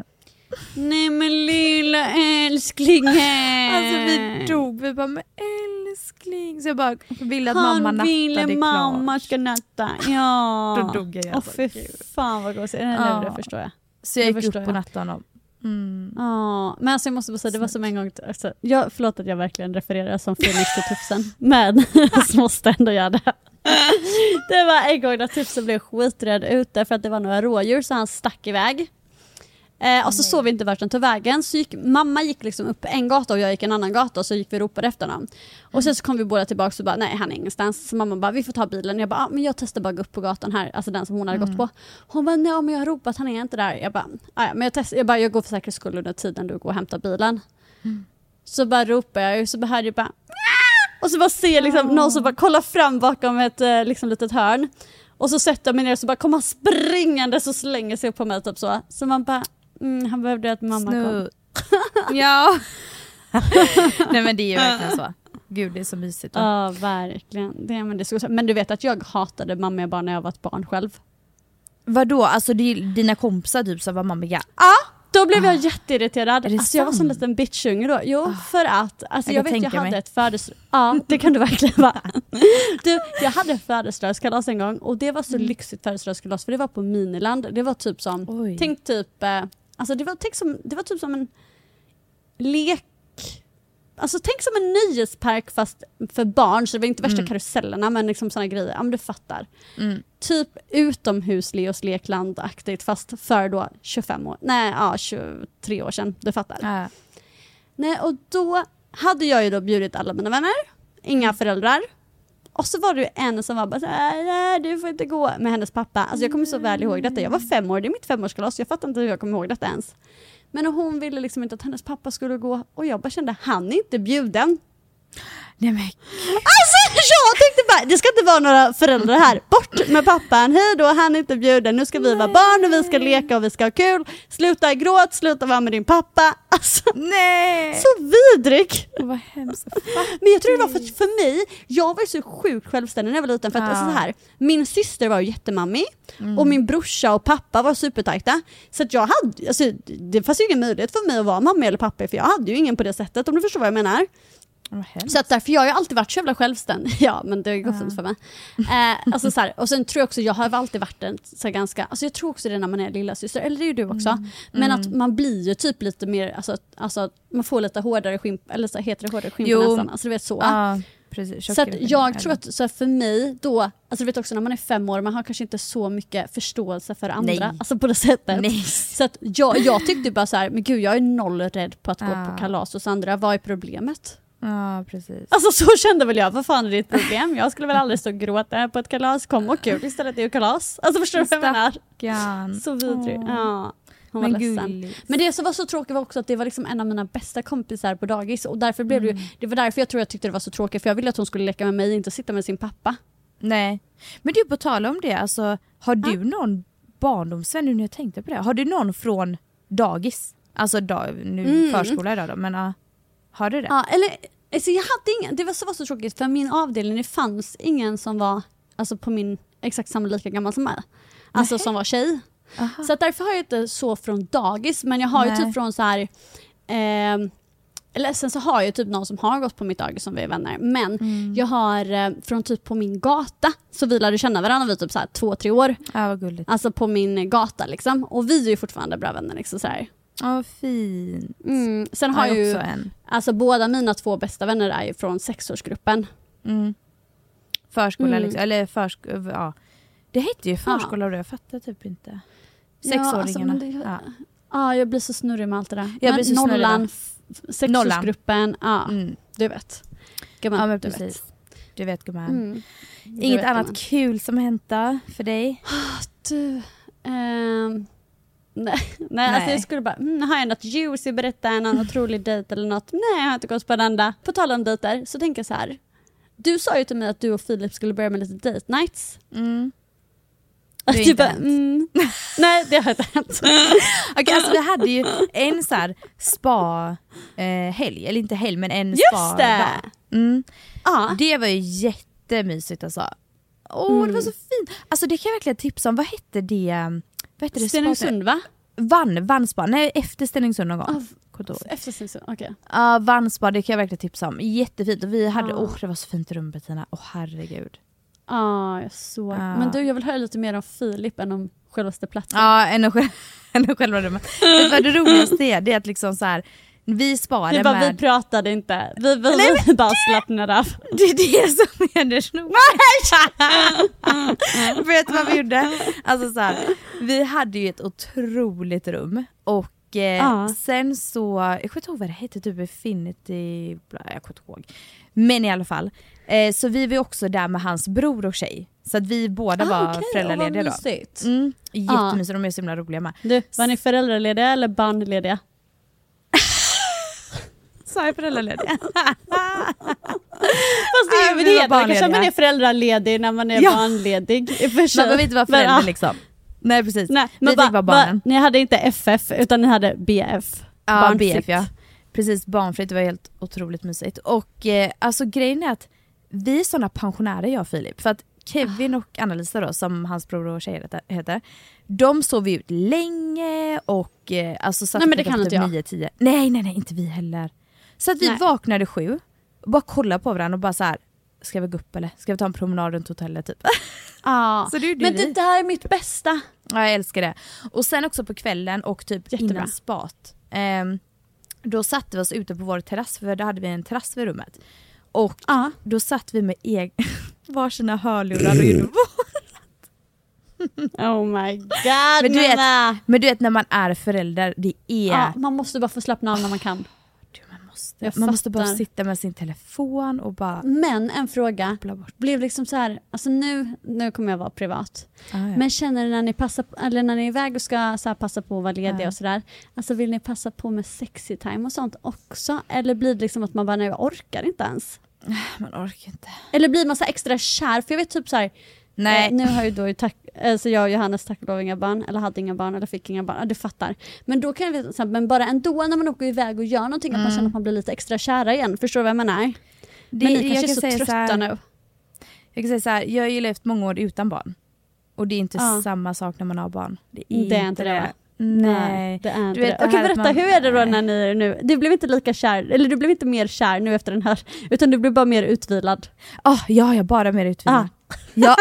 Nej men lilla älsklingen. Alltså vi dog, vi bara, men älskling. Så jag bara ville att han mamma nattade ville klart. mamma ska natta. Ja. Då dog jag. Åh fy fan vad gosigt. Nej, ja. Det förstår jag. Så jag, jag gick upp jag. på natten honom. Mm. Ja, men alltså jag måste bara säga, det var som en gång alltså, jag, förlåt att jag verkligen refererar som Phoenix till Tufsen, men jag måste ändå göra det. Det var en gång när Tufsen blev skiträdd ute för att det var några rådjur, så han stack iväg. Eh, och så såg vi inte vart den tog vägen, så gick, mamma gick liksom upp en gata och jag gick en annan gata, och så gick vi och ropade efter honom. Och sen så kom vi båda tillbaka och bara, nej han är ingenstans. Så mamma bara, vi får ta bilen. Jag bara, ah, men jag testar bara gå upp på gatan här, alltså den som hon hade mm. gått på. Hon bara, nej men jag har ropat, han är inte där. Jag bara, ja men jag testar, jag bara, jag går för säkerhets skull under tiden du går och hämtar bilen. Mm. Så bara ropar jag, och så bara hörde jag bara, och så bara ser liksom oh. någon som bara kollar fram bakom ett liksom litet hörn. Och så sätter jag mig ner och så bara kommer han springande så slänger sig upp på mig typ så. Så man bara, Mm, han behövde att mamma Snu. kom. Ja. Nej men det är ju verkligen så. Gud, det är så mysigt. Ja, verkligen. Det, men, det är så, men du vet att jag hatade mamma och barn när jag var ett barn själv. Vadå? Alltså det är dina kompisar typ som var mammiga? Ja, då blev ah. jag jätteirriterad. Alltså sant? jag var som en liten bitchunge då. Jo, ah. för att alltså, jag, jag vet jag hade mig. ett födelsedag. Ja, det kan du verkligen vara. Du, jag hade ett födelsedagskalas en gång och det var så mm. lyxigt födelsedagskalas, för det var på Miniland. Det var typ som Oj. tänk typ eh, alltså det var tänk som det var typ som en lek. Alltså tänk som en nöjespark fast för barn, så det var inte värsta mm. karusellerna, men liksom såna grejer. Ja, men du fattar. Mm. Typ utomhus Leos lekland-aktigt fast för då tjugofem år. Nej, ja, tjugotre år sedan. Du fattar. Äh. Nej, och då hade jag ju då bjudit alla mina vänner. Inga föräldrar. Och så var det ju en som var bara så här, nej, du får inte gå med hennes pappa. Alltså jag kommer så väl ihåg detta. Jag var fem år, det är mitt femårskalas. Jag fattar inte hur jag kommer ihåg detta ens. Men hon ville liksom inte att hennes pappa skulle gå. Och jag bara kände, han är inte bjuden. Nej, men... Alltså jag tänkte bara, det ska inte vara några föräldrar här. Bort med pappan, hej då, han är inte bjuden. Nu ska vi vara barn och vi ska leka och vi ska ha kul. Sluta gråt, sluta vara med din pappa. Alltså, nej. Så vidrig. Vad hemskt. Men jag tror det var för, för mig, jag var ju så sjukt självständig när jag var liten. För att ja. alltså, så här, min syster var ju jättemammi. Mm. Och min brorsa och pappa var supertajta. Så att jag hade, alltså, det fanns ju ingen möjlighet för mig att vara mamma eller pappa. För jag hade ju ingen på det sättet, om du förstår vad jag menar. Så att därför jag har ju alltid varit så jävla självständig. Ja, men det har gått fint för mig. Eh, alltså så här, och sen tror jag också, jag har alltid varit en så ganska, alltså jag tror också det när man är lilla syster, eller det är ju du också. Mm. Men mm. att man blir ju typ lite mer, alltså, alltså man får lite hårdare skimp, eller så heter det hårdare skimp på näsan. Alltså du vet så. Ah, precis. Så att jag tror att så för mig då, alltså du vet också när man är fem år, man har kanske inte så mycket förståelse för andra. Nej. Alltså på det sättet. Nej. Så att jag, jag tyckte bara så här, men gud jag är noll rädd på att ah. gå på kalas hos andra. Vad är problemet? Ja, precis. Alltså så kände väl jag, vad fan är ditt problem? Jag skulle väl aldrig stå och gråta på ett kalas. Kom och kul istället, det är ju kalas. Alltså förstår du vad jag menar? Så vidrig. Ja. Hon var Men ledsen. gulligt. Men det som var så tråkigt var också att det var liksom en av mina bästa kompisar på dagis. Och därför blev Mm. det ju, det var därför jag tror jag tyckte det var så tråkigt. För jag ville att hon skulle leka med mig, inte sitta med sin pappa. Nej. Men du, på tal om det, alltså, har du någon barndomsvän, nu när jag tänkte på det? Har du någon från dagis? Alltså dag, nu Mm. förskola idag då, men uh, har du det? Ja, eller alltså jag hade ingen, det var så, var så tråkigt för min avdelning, det fanns ingen som var alltså på min exakt samma lika gammal som mig. Alltså Nej. som var tjej. Aha. Så att därför har jag inte så från dagis, men jag har Nej. ju typ från så här eh, eller sen så har jag typ någon som har gått på mitt dagis som vi är vänner. Men Mm. jag har eh, från typ på min gata, så vi lärde känna varandra vid typ så här två, tre år. Ja, vad gulligt. Alltså på min gata liksom. Och vi är ju fortfarande bra vänner liksom så här. Ja, fint. Mm. Sen Ja, har jag jag ju, också en. alltså båda mina två bästa vänner är ju från sexårsgruppen. Mm. Förskola Mm. liksom, eller förskola, ja. Det hette ju förskola och jag fattar typ inte. Sexåringarna. Ja, alltså, men det, ja. ja, jag blir så snurrig med allt det där. Jag Men blir så snurrig nollan, där. f- sexårsgruppen, ja, Mm. du vet. Gumman, Ja, men du precis. vet. Du vet, gumman. Mm. Du Inget vet, annat gumman. kul som hänt då för dig? Du, ehm, nej, nej, alltså jag skulle bara, mm, har jag något juicy att berätta, någon otrolig dejt eller något? Nej, jag har inte gått på en enda. På tal om dejter så tänker jag så här. Du sa ju till mig att du och Filip skulle börja med lite date nights. Mm. Att Det har du inte bara, hänt. mm, nej, det har inte hänt. Okej, alltså vi hade ju en så här spa eh, helg, eller inte helg men en Just spa det! dag. Mm. Ja. Det var ju jättemysigt alltså. Åh, Mm. det var så fint. Alltså det kan jag verkligen tipsa om. Vad hette det? Vad hette det? Stenungsund, va? Vann, Vannspa. Nej, efter Stenungsund någon gång. Ah, Kommer inte ihåg. Efter Stenungsund, okej. Ja, Vannspa, det kan jag verkligen tipsa om. Jättefint. Och vi hade, Ah. åh det var så fint rum, Bettina. Åh herregud. Ja, jag såg. Ah. Men du, jag vill höra lite mer om Filip än om självaste platsen. Ja, än att själv, än att själva rummet. Vet du vad det roligaste är? Det är att liksom så här, vi sparade Vi, bara, med... vi pratade inte. Vi, vi, vi bara slappnade av. Det är det som är det snoriga. Vet du vad vi gjorde? Alltså så här, vi hade ju ett otroligt rum och eh, Ja. sen så, jag kommer inte ihåg vad det hette, typ Infinity, jag kommer inte ihåg. Men i alla fall, eh, så vi var också där med hans bror och tjej. Så att vi båda Ah, var okej, föräldralediga vad då. mysigt. Mm, jättemysigt, de är så himla roliga med. Du, var ni föräldralediga eller barnlediga? Sa jag föräldralediga? Fast det är Ah, ju vi det, var det kanske barnlediga. man är föräldraledig när man är Ja. barnledig. I och för sig. Man behöver inte vara Men, förälder ah, liksom. Nej precis, Nej, vi men fick bara, vara barnen. bara, ni hade inte F F utan ni hade B F. Ja, Barnfritt. B F ja. Precis, barnfritt, det var helt otroligt mysigt. Och eh, alltså grejen är att vi är sådana pensionärer, jag och Filip. För att Kevin och Annalisa då, som hans bror och tjej heter, de sov ut länge och eh, alltså satt Nej, men det klockan kan typ inte jag. nio, tio. Nej, nej, nej, inte vi heller. Så att vi Nej. vaknade sju och bara kollade på varandra och bara så här: ska vi gå upp eller? Ska vi ta en promenad runt hotellet typ? Ja. Så det gjorde Men vi. det där är mitt bästa. Ja, jag älskar det. Och sen också på kvällen och typ Jättebra. innan spat. ehm, då satte vi oss ute på vår terrass, för då hade vi en terrass vid rummet. Och Ja. då satt vi med eg- varsina hörlurar och gjorde Oh my god. Men du vet, Nana. men du vet när man är förälder, det är... Ja, man måste bara få slappna av när man kan. Du, man måste, Jag man måste bara fattar. sitta med sin telefon och bara Men en fråga. koppla bort. Blev liksom så här, alltså nu, nu kommer jag vara privat. Ah, ja. Men känner ni när ni passar på, eller när ni är iväg och ska så här, passa på att vara lediga Ja. och sådär. Alltså vill ni passa på med sexy time och sånt också? Eller blir det liksom att man bara, nej jag orkar inte ens? Man orkar inte. Eller blir man så här extra kär? För jag vet typ så här. Nej. Eh, nu har ju då ju tack, alltså jag och Johannes tack och lov inga barn, eller hade inga barn, eller fick inga barn, ja, du fattar. Men då kan jag veta, så här, men bara ändå när man åker iväg och gör någonting att man känner att man blir lite extra kära igen. Förstår du vad jag menar? Det, Men ni jag kanske är kan så säga trötta så här, nu. Jag kan säga så här, jag har ju levt många år utan barn. Och det är inte Ja. samma sak när man har barn. Det är, Det är inte det, va? Nej. det är inte Du vet, det. det Okej, här att berätta, man- hur är det då nej. när ni är nu? Du blev inte lika kär, eller du blev inte mer kär nu efter den här, utan du blev bara mer utvilad. Oh, ja, jag bara mer utvilad. Ah. Ja.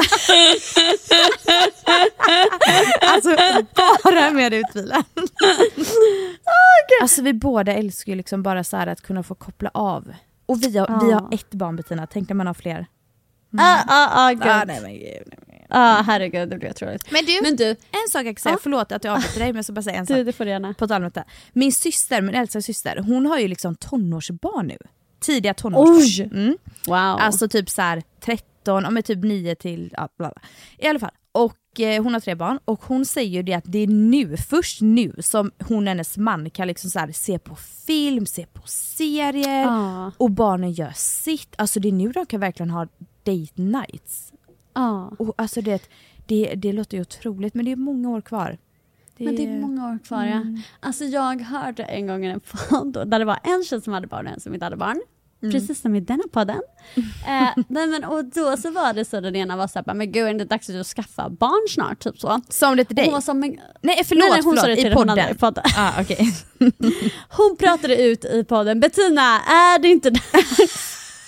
Alltså bara mer utvilad. Alltså vi båda älskar ju liksom bara så här att kunna få koppla av. Och vi har, vi Ah. har ett barn, Bettina. Tänk när man har fler. Ah, ah, ah, gud. Ah, nej, men, gud. Ah, herregud, det blir otroligt. Men du, Men du, en sak jag kan säga, Ah. förlåt att jag avbryter dig, men jag ska bara säga en sak. du, det får du gärna. På tal om det. Min syster, min äldsta syster, hon har ju liksom tonårsbarn nu. Tidiga tonårsbarn. Oj! Mm. Wow. Alltså typ så här tretton, om typ nio till ja, bla bla. I alla fall. Och eh, hon har tre barn och hon säger ju det att det är nu, först nu som hon och hennes man kan liksom så här se på film, se på serier ah. och barnen gör sitt. Alltså det är nu de kan verkligen ha date nights. Ah. Och alltså det, det, det låter ju otroligt, men det är många år kvar. Det... Men det är många år kvar, mm. ja. Alltså jag hörde en gång en podd där det var en tjej som hade barn och en som inte hade barn. Mm. Precis som i denna podden. eh, nej men, och då så var det så, den ena var så här, men gud, är det inte dags att skaffa barn snart? Typ så. Som det till dig? Hon var som, men, nej, förlåt, nej, nej, hon förlåt. sa det till I podden. Hon i podden. Ah, okay. Hon pratade ut i podden, Bettina, är det inte dags?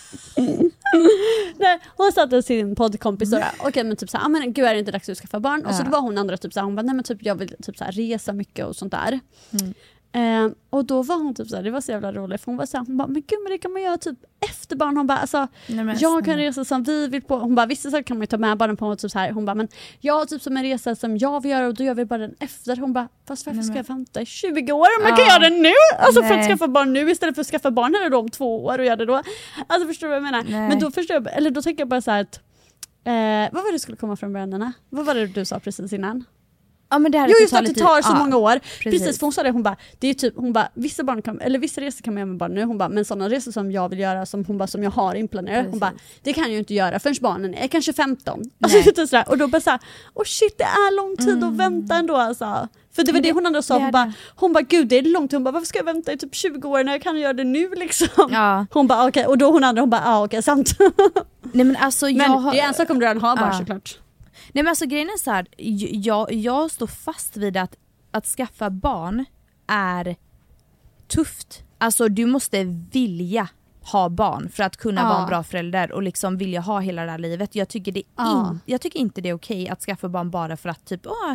Nej, hon sa till sin poddkompis och okej okay, men typ så här, ah, men gud, är det inte dags att skaffa barn? Ja. Och så då var hon andra typ så här, hon bara, nej men typ jag vill typ så här resa mycket och sånt där. Mm. Eh, och då var hon typ så här, det var så jävla roligt för hon var så här, hon bara, men gud, men det kan man göra typ efter barn. Hon bara, alltså nej, jag kan resa som vi vill på. Hon bara, vissa saker kan man ju ta med barnen på typ så här. Hon bara, men jag har typ som en resa som jag vill göra och då gör vi bara den efter. Hon bara, fast varför nej, ska jag vänta i tjugo år om man ja. kan göra det nu? Alltså nej. för att skaffa barn nu istället för att skaffa barn här då om två år och göra det då. Alltså förstår du vad jag menar? Nej. Men då förstår jag, eller då tänker jag bara så här att eh, vad var det skulle komma från bränderna? Vad var det du sa precis innan? Ja, men det här jo, just att det tar så ja, många år. Precis. Precis, för hon sa det, hon bara, det är typ, hon bara, vissa barn kan, eller vissa resor kan man göra med barn nu, hon bara, men sådana resor som jag vill göra, som hon bara, som jag har inplanerat, hon bara, det kan jag ju inte göra förrän barnen är kanske femton. Alltså, sådär. Och då bara såhär, åh shit, det är lång tid mm. att vänta ändå alltså. För det var det, det hon andra sa, hon bara, hon bara, gud det är långt, hon bara, varför ska jag vänta i typ tjugo år när jag kan göra det nu liksom? Ja. Hon bara, okej, okay. Och då hon andra, hon bara, ja okej, okay, sant. Nej men alltså jag men har... det är en sak om du redan har barn ja. såklart. Nej men alltså grejen är så här, jag, jag står fast vid att, att skaffa barn är tufft. Alltså du måste vilja ha barn för att kunna ja. vara en bra förälder och liksom vilja ha hela det här livet. Jag tycker, det ja. in, jag tycker inte det är okej att skaffa barn bara för att typ, åh,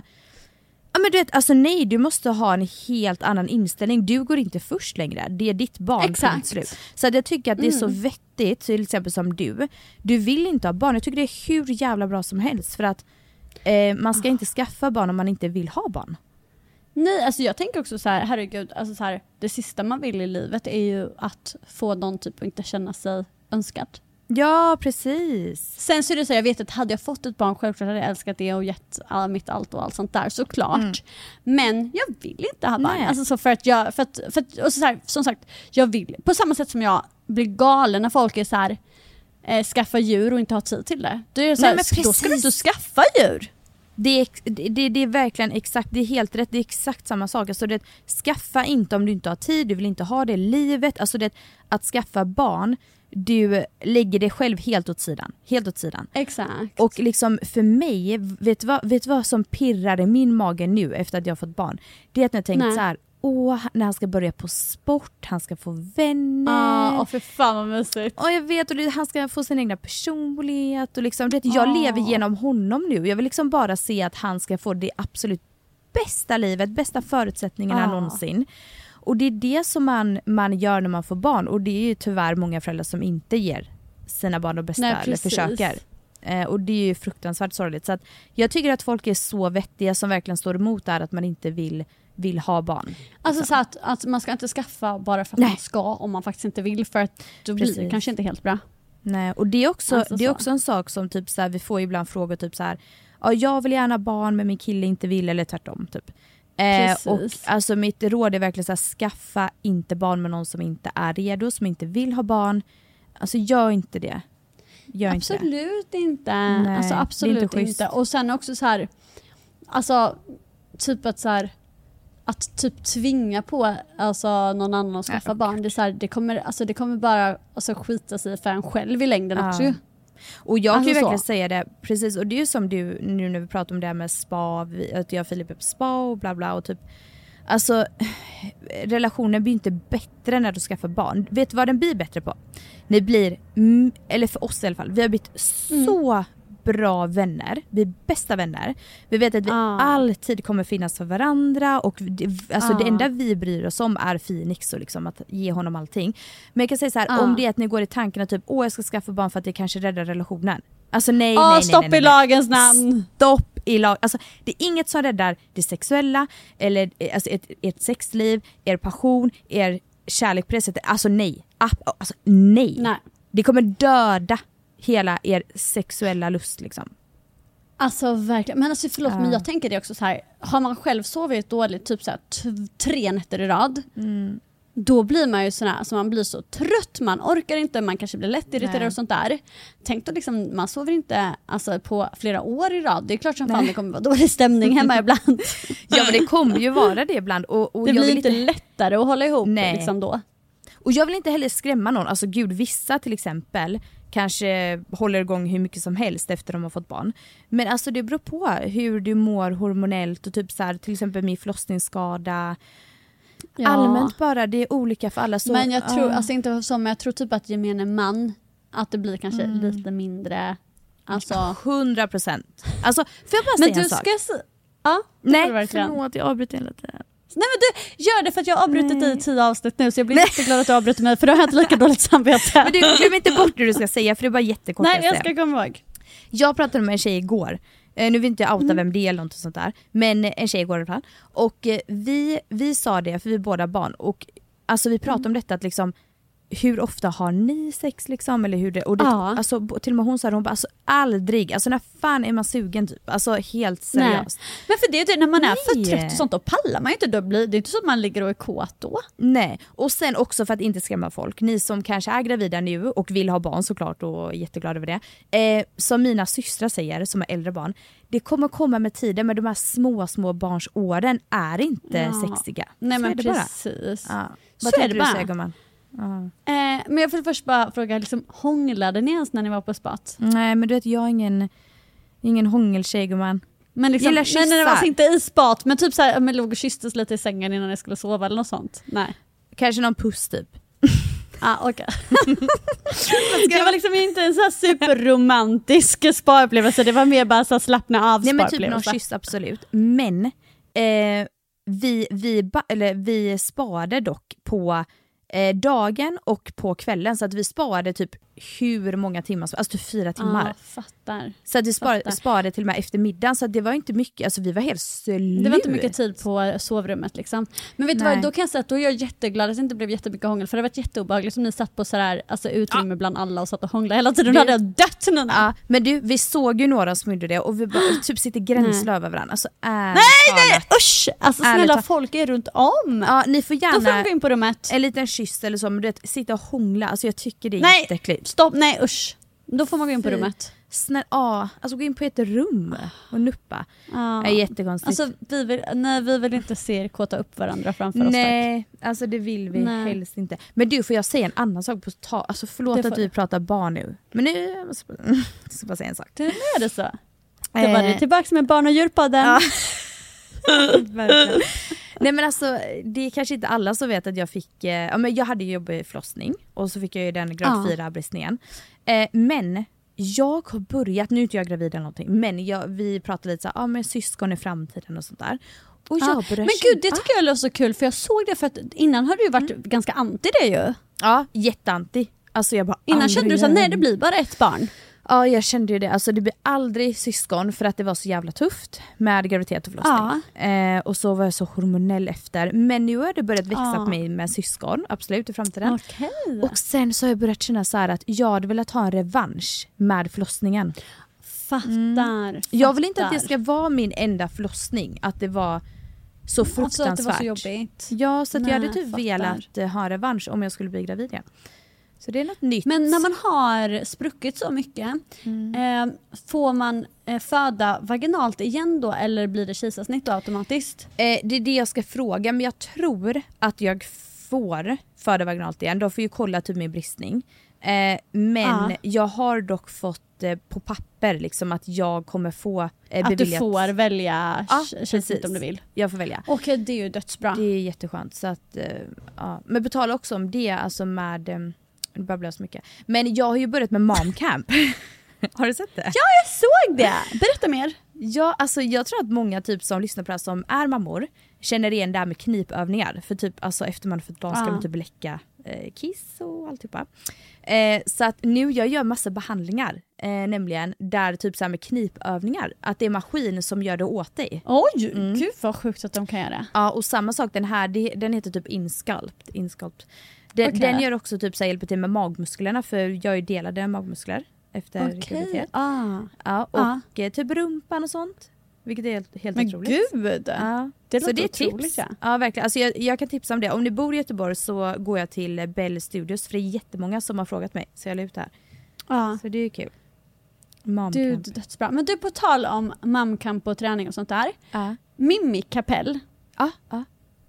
ja men du vet, alltså nej, du måste ha en helt annan inställning. Du går inte först längre. Det är ditt barn. Exakt. Så att jag tycker att det är så mm. vettigt, till exempel som du. Du vill inte ha barn. Jag tycker det är hur jävla bra som helst. För att eh, man ska oh. inte skaffa barn om man inte vill ha barn. Nej, alltså jag tänker också så här, herregud, alltså så här, det sista man vill i livet är ju att få någon typ att inte känna sig önskad. Ja, precis. Sen så är det så, jag vet att hade jag fått ett barn, självklart hade jag älskat det och gett all, mitt allt och allt sånt där, såklart. Mm. Men jag vill inte ha barn. Alltså så för att jag, för att, för att, och så här, som sagt, jag vill, på samma sätt som jag blir galen när folk är så här, eh, skaffa djur och inte ha tid till det. Då är det så här, nej, men då ska du inte skaffa djur. Det är, det, det är verkligen exakt, det är helt rätt, det är exakt samma sak. Alltså det, skaffa inte om du inte har tid, du vill inte ha det livet. Alltså det, att skaffa barn, du lägger det själv helt åt sidan. Helt åt sidan. Exakt. Och liksom för mig, vet du vad, vet du vad som pirrar i min mage nu efter att jag har fått barn? Det är att jag tänkt Nej. så här, åh, när han ska börja på sport, han ska få vänner. Ja, ah, för fan vad mysigt. Och jag vet, och det, han ska få sin egna personlighet. Och liksom, det, jag ah. lever genom honom nu. Jag vill liksom bara se att han ska få det absolut bästa livet, bästa förutsättningarna ah. någonsin. Och det är det som man, man gör när man får barn. Och det är ju tyvärr många föräldrar som inte ger sina barn det bästa. Nej, eller försöker. Eh, och det är ju fruktansvärt sorgligt. Så att jag tycker att folk är så vettiga som verkligen står emot där att man inte vill, vill ha barn. Alltså så att, att man ska inte skaffa bara för att Nej. man ska, om man faktiskt inte vill. För att då blir det kanske inte helt bra. Nej, och det är också, alltså det är också en sak som typ så här, vi får ibland frågor typ så här, ja, jag vill gärna barn men min kille inte vill, eller tvärtom typ. Eh, och alltså mitt råd är verkligen så här, skaffa inte barn med någon som inte är redo, som inte vill ha barn. Alltså gör inte det. Gör absolut inte. inte. Nej, alltså absolut inte, inte. Och sen också så här, alltså typ att så här, att typ tvinga på alltså någon annan att skaffa ja, barn, det är så här, det kommer alltså det kommer bara alltså skita sig för en själv i längden ja. också. Och jag alltså kan ju verkligen så. säga det precis, och det är ju som du nu när vi pratar om det här med spa, att jag och Filip är på spa och bla bla och typ, alltså relationen blir inte bättre när du skaffar barn. Vet du vad den blir bättre på? Ni blir, eller för oss i alla fall, vi har blivit mm. så bra vänner, vi är bästa vänner. Vi vet att vi ah. alltid kommer finnas för varandra och det, alltså ah. det enda vi bryr oss om är Phoenix och liksom att ge honom allting. Men jag kan säga så här, ah. om det är att ni går i tanken att typ, åh jag ska skaffa barn för att det kanske räddar relationen. Alltså nej, ah, nej, nej, stopp nej, nej, i lagens namn. Stopp i lag. Alltså det är inget som räddar det sexuella eller alltså ert, ert sexliv, er passion, er kärlek på det sättet. Alltså nej. Alltså nej. nej. Det kommer döda hela er sexuella lust liksom. Alltså verkligen, men alltså förlåt Ja. men jag tänker det också så här. Har man själv sovit dåligt typ så här, t- tre nätter i rad, Mm. då blir man ju sån här, alltså man blir så trött, man orkar inte, man kanske blir lätt irriterad Nej. och sånt där. Tänk då liksom, man sover inte alltså, på flera år i rad. Det är klart som fan det kommer vara dålig stämning hemma ibland. Ja men det kommer ju vara det ibland. Och, och Det jag blir vill inte lättare att hålla ihop Nej. liksom då. Och jag vill inte heller skrämma någon. Alltså gud, vissa till exempel kanske håller igång hur mycket som helst efter de har fått barn. Men alltså det beror på hur du mår hormonellt och typ så här, till exempel min förlossningsskada. Ja. Allmänt bara, det är olika för alla. Så, Men jag tror, ja. alltså inte så, men jag tror typ att gemene man, att det blir kanske Mm. lite mindre, alltså. hundra procent. Alltså, får jag bara Men säga du en sak? ska se- ja, det får du Nej, verkligen. förlåt, jag avbryter hela tiden. Nej men du, gör det för att jag har avbrutit Nej. dig i tio avsnitt nu, så jag blir jätteglad att du avbryter mig, för då har jag inte lika dåligt samvete. Men du, glöm inte bort det du ska säga, för det är bara jättekort. Nej, att jag säga. ska komma ihåg. Jag pratade med en tjej igår. Eh, nu vill inte jag outa Mm. vem det är eller något sånt där. Men en tjej igår i alla fall. Och eh, vi, vi sa det, för vi är båda barn. Och alltså vi pratade om detta att liksom, hur ofta har ni sex liksom? Eller hur det, och det, Ja. alltså, bo- till och med hon sa det, hon bara, alltså aldrig. Alltså när fan är man sugen typ? Alltså helt seriöst. Men för det är ju när man är för Nej. trött och sånt, då pallar man ju inte, då blir det är inte så att man ligger och är kåt då. Nej, och sen också för att inte skrämma folk. Ni som kanske är gravida nu och vill ha barn såklart och är jätteglada över det. Eh, som mina systrar säger, som är äldre barn, det kommer komma med tiden, men de här små, små barnsåren är inte Ja. sexiga. Nej Så men är det bara. precis. Ja. Så Vad är tänkte det du bara. säga, gumman? Ja. Eh, men jag vill först bara fråga, liksom, hånglade ni ens när ni var på spat? Nej, men du vet, jag är ingen, ingen hångeltjej, gumman. Men liksom, Gillar nej, nej, det var kyssar. alltså inte i spat, men typ såhär, men låg och kysstes lite i sängen innan jag skulle sova eller något sånt. Nej. Kanske någon puss typ. Ah, okej. Det var liksom inte en så här superromantisk spa-upplevelse, det var mer bara så här slappna av Nej, men typ någon spa-upplevelse. kyss, absolut. Men eh, vi, vi, ba- eller, vi sparade dock på eh, dagen och på kvällen, så att vi sparade typ hur många timmar som, alltså typ fyra timmar. Ah, fattar. Så att vi sparade, fattar. sparade till och med efter middagen, så att det var inte mycket, alltså vi var helt slut. Det var inte mycket tid på sovrummet liksom. Men vet du Nej. vad, då kan jag säga att då är jag jätteglad att det inte blev jättemycket hångel, för det har varit jätteobehagligt om ni satt på så här, alltså utrymme bland alla och satt och hånglade hela tiden. Du- Då hade jag dött nu. Ja, men du, vi såg ju några som gjorde det och vi bara, typ sitter gränsle över varandra. Alltså, nej, Nej, usch! Alltså Ärligt snälla, talat. folk är runt om. Ja, ni får Då får de gärna gå in på rummet. en liten kyss eller så, men du vet, sitta och hångla, alltså jag tycker det är Nej. jätteäckligt. Stopp, nej usch. Då får man gå in på Fy. rummet. Snälla, ja, alltså gå in på ett rum och nuppa. Ja. Det är jättekonstigt. Alltså, vi vill, nej, vi vill inte se er kåta upp varandra framför oss. tack. Nej, alltså det vill vi Nej. helst inte. Men du, får jag säga en annan sak på ta, alltså förlåt Det får att vi du. pratar barn nu. Men nu, jag måste, jag ska bara säga en sak. Det är det så. Det var Eh. det tillbaka med barn- och djurpodden. Ja. Verkligen. Nej men alltså, det är kanske inte alla som vet att jag fick, eh, ja men jag hade ju jobbig förlossning och så fick jag ju den grad Ja. fyra abristningen. Eh, men jag har börjat, nu är inte jag gravid eller någonting, men jag, vi pratade lite så här, ja men syskon i framtiden och sånt där. Och jag Ja. började Men gud, det kämpa. tycker jag låter så kul, för jag såg det, för att innan har du ju varit ganska anti det ju. Ja, jätteanti. Alltså jag bara, Innan aldrig kände du så här, igen. nej det blir bara ett barn. Ja, jag kände ju det. Alltså det blir aldrig syskon för att det var så jävla tufft med graviditet och förlossning. Eh, och så var jag så hormonell efter. Men nu har det börjat växa Ja. på mig med syskon, absolut, i framtiden. Okej. Och sen så har jag börjat känna så här att jag hade velat ha en revansch med förlossningen. Fattar. Jag vill inte att det fattar. ska vara min enda förlossning. Att det var så fruktansvärt. Alltså att det var så jobbigt. Ja, så att jag hade Nej, typ fattar. velat eh, ha revansch om jag skulle bli gravid igen. Så det är något nytt. Men när man har spruckit så mycket, Mm. eh, får man eh, föda vaginalt igen då, eller blir det kejsarsnitt då automatiskt? Eh, det är det jag ska fråga, men jag tror att jag får föda vaginalt igen. De får ju kolla typ min bristning. Eh, men Ja. jag har dock fått eh, på papper liksom att jag kommer få eh, Att du beviljat. får välja Ja, ke- kejsarsnitt precis. om du vill. Jag får välja. Okej, det är ju dödsbra. Det är jätteskönt. Så att, eh, ja. Men betala också om det, alltså med... Eh, det babblar så mycket. Men jag har ju börjat med momcamp. Har du sett det? Ja, jag såg det! Berätta mer. Ja, alltså jag tror att många typ som lyssnar på det här som är mammor känner igen det här med knipövningar. För typ alltså efter man har fått barn ska Ja. man typ läcka eh, kiss och alltihopa. Eh, så att nu jag gör massa behandlingar, eh, nämligen där typ så här med knipövningar. Att det är maskin som gör det åt dig. Oj, gud vad sjukt att de kan göra det. Ja, och samma sak den här, det, den heter typ insculpt. insculpt. Den, Okej. den gör också typ så här, hjälper till med magmusklerna, för jag är ju delade magmuskler. efter okay. graviditet. Ah. Ja, och ah. typ rumpan och sånt. Vilket är helt, helt Men otroligt. Men gud! Ja. Det så låter det är otroligt. tips. Ja. Ja, verkligen. Alltså jag, jag kan tipsa om det. Om ni bor i Göteborg så går jag till Bell Studios. För det är jättemånga som har frågat mig. Så jag la ut det här. Ja. Så det är kul. Du, dödsbra. Men du, på tal om mamkamp och träning och sånt där. Ja. Mimmi Kapell. Ja, ja.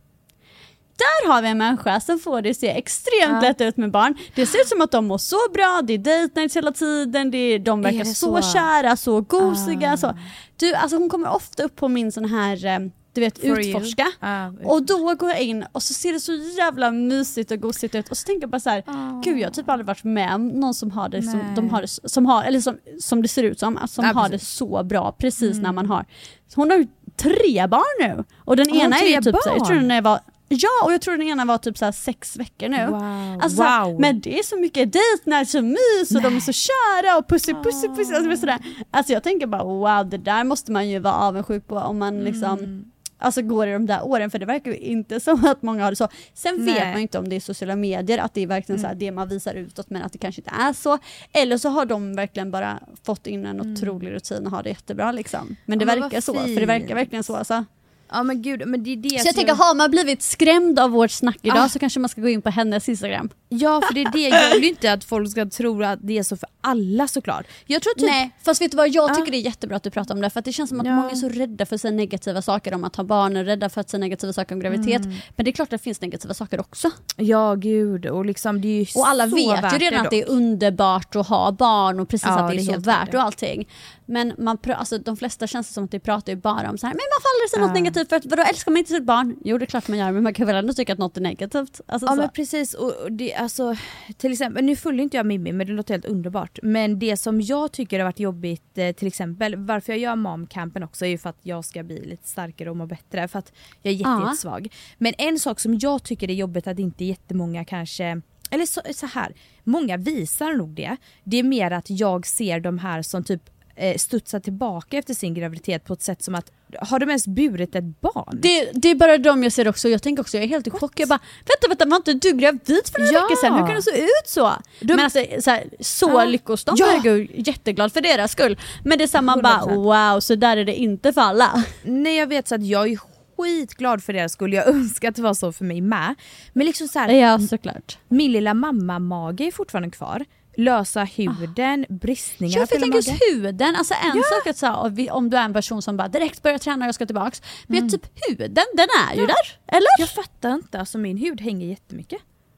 Där har vi en människa som får det att se extremt ja. lätt ut med barn. Det ser ut som att de mår så bra, det är date nights hela tiden, det är, de verkar så, så kära, så gosiga. Ah. Så. Du, alltså hon kommer ofta upp på min sån här, du vet, For utforska. Ah, och då går jag in och så ser det så jävla mysigt och gosigt ut. Och så tänker jag bara så här, ah. gud jag har typ aldrig varit med om någon som har det, som, de har det som har, eller som, som det ser ut som, alltså, som ah, har precis. det så bra precis mm. när man har. Hon har ju tre barn nu. Och den ena är ju typ så, jag tror den var Ja, och jag tror den ena var typ så här sex veckor nu. Wow. Alltså, wow. Men det är så mycket dejt när så mys och Nej. de är så kära och pussy, pussy, pussy. Alltså, sådär. Alltså jag tänker bara, wow, det där måste man ju vara avundsjuk på om man liksom mm. alltså går i de där åren. För det verkar ju inte som att många har det så. Sen Nej. vet man inte om det är sociala medier, att det är verkligen mm. så här, det man visar utåt, men att det kanske inte är så. Eller så har de verkligen bara fått in en mm. otrolig rutin och har det jättebra liksom. Men det ja, verkar så, för det verkar verkligen så alltså. Ja men gud, men det är det så jag tänker, har man blivit skrämd av vårt snack idag ah. så kanske man ska gå in på hennes Instagram. Ja, för det är det, jag vill ju inte att folk ska tro att det är så för alla såklart. Jag tror typ... Nej, fast vet du vad, jag tycker ah. det är jättebra att du pratar om det, för att det känns som att ja. många är så rädda för att säga negativa saker om att ha barn, och rädda för att säga negativa saker om graviditet. Mm. Men det är klart att det finns negativa saker också. Ja, gud, och liksom det är ju och alla så vet ju redan det att det är underbart att ha barn och precis ja, att det är, det är så värt det. och allting. Men man pr- alltså, de flesta känns som att de pratar ju bara om så här, men man faller sig ja. något negativt för att vadå, älskar man inte sitt barn? Jo, det är klart man gör, men man kan väl ändå tycka att något är negativt. Alltså, ja, så. men precis. Och det, alltså, till exempel, nu följer inte jag Mimmi, men det låter helt underbart. Men det som jag tycker har varit jobbigt, till exempel, varför jag gör momcampen också, är ju för att jag ska bli lite starkare och må bättre. För att jag är jätte, ja. jättesvag. Men en sak som jag tycker är jobbigt, att inte jättemånga kanske... Eller så, så här, många visar nog det. Det är mer att jag ser de här som typ studsa tillbaka efter sin graviditet på ett sätt som att, har de ens burit ett barn? Det, det är bara de jag ser också. Jag tänker också, jag är helt i chock. Jag bara, vänta, vänta, var inte du gravid för några ja. veckor sedan? Hur kan det se ut så? De, men alltså, så, här, så ja. lyckostånd, ja. herregud, jätteglad för deras skull. Men det är samma bara, wow, så där är det inte för alla. Nej, jag vet så att jag är skitglad för deras skull. Jag önskar att det var så för mig med. Men liksom så här, ja, såklart. Min lilla mamma-mage är fortfarande kvar. Lösa huden, ah. bristningar. Jag tänker just huden, alltså en ja. sak att säga, om du är en person som bara direkt börjar träna och jag ska tillbaks. Men mm. typ huden, den är ju ja. där, eller? Jag fattar inte, alltså min hud hänger jättemycket.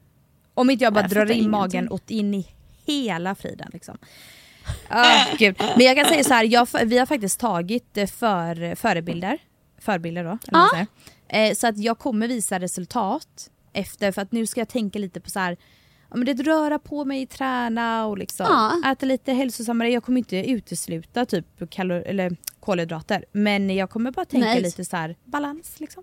Om inte jag bara jag drar in magen och in i hela friden liksom. Oh, Gud. Men jag kan säga så här, jag, vi har faktiskt tagit för, förebilder. Förbilder då. Eller ah. eh, så att jag kommer visa resultat efter, för att nu ska jag tänka lite på så här. Ja, men det röra på mig, träna och liksom ja. äta lite hälsosammare. Jag kommer inte utesluta typ kalor- eller kolhydrater, men jag kommer bara tänka Nej. lite så här balans liksom.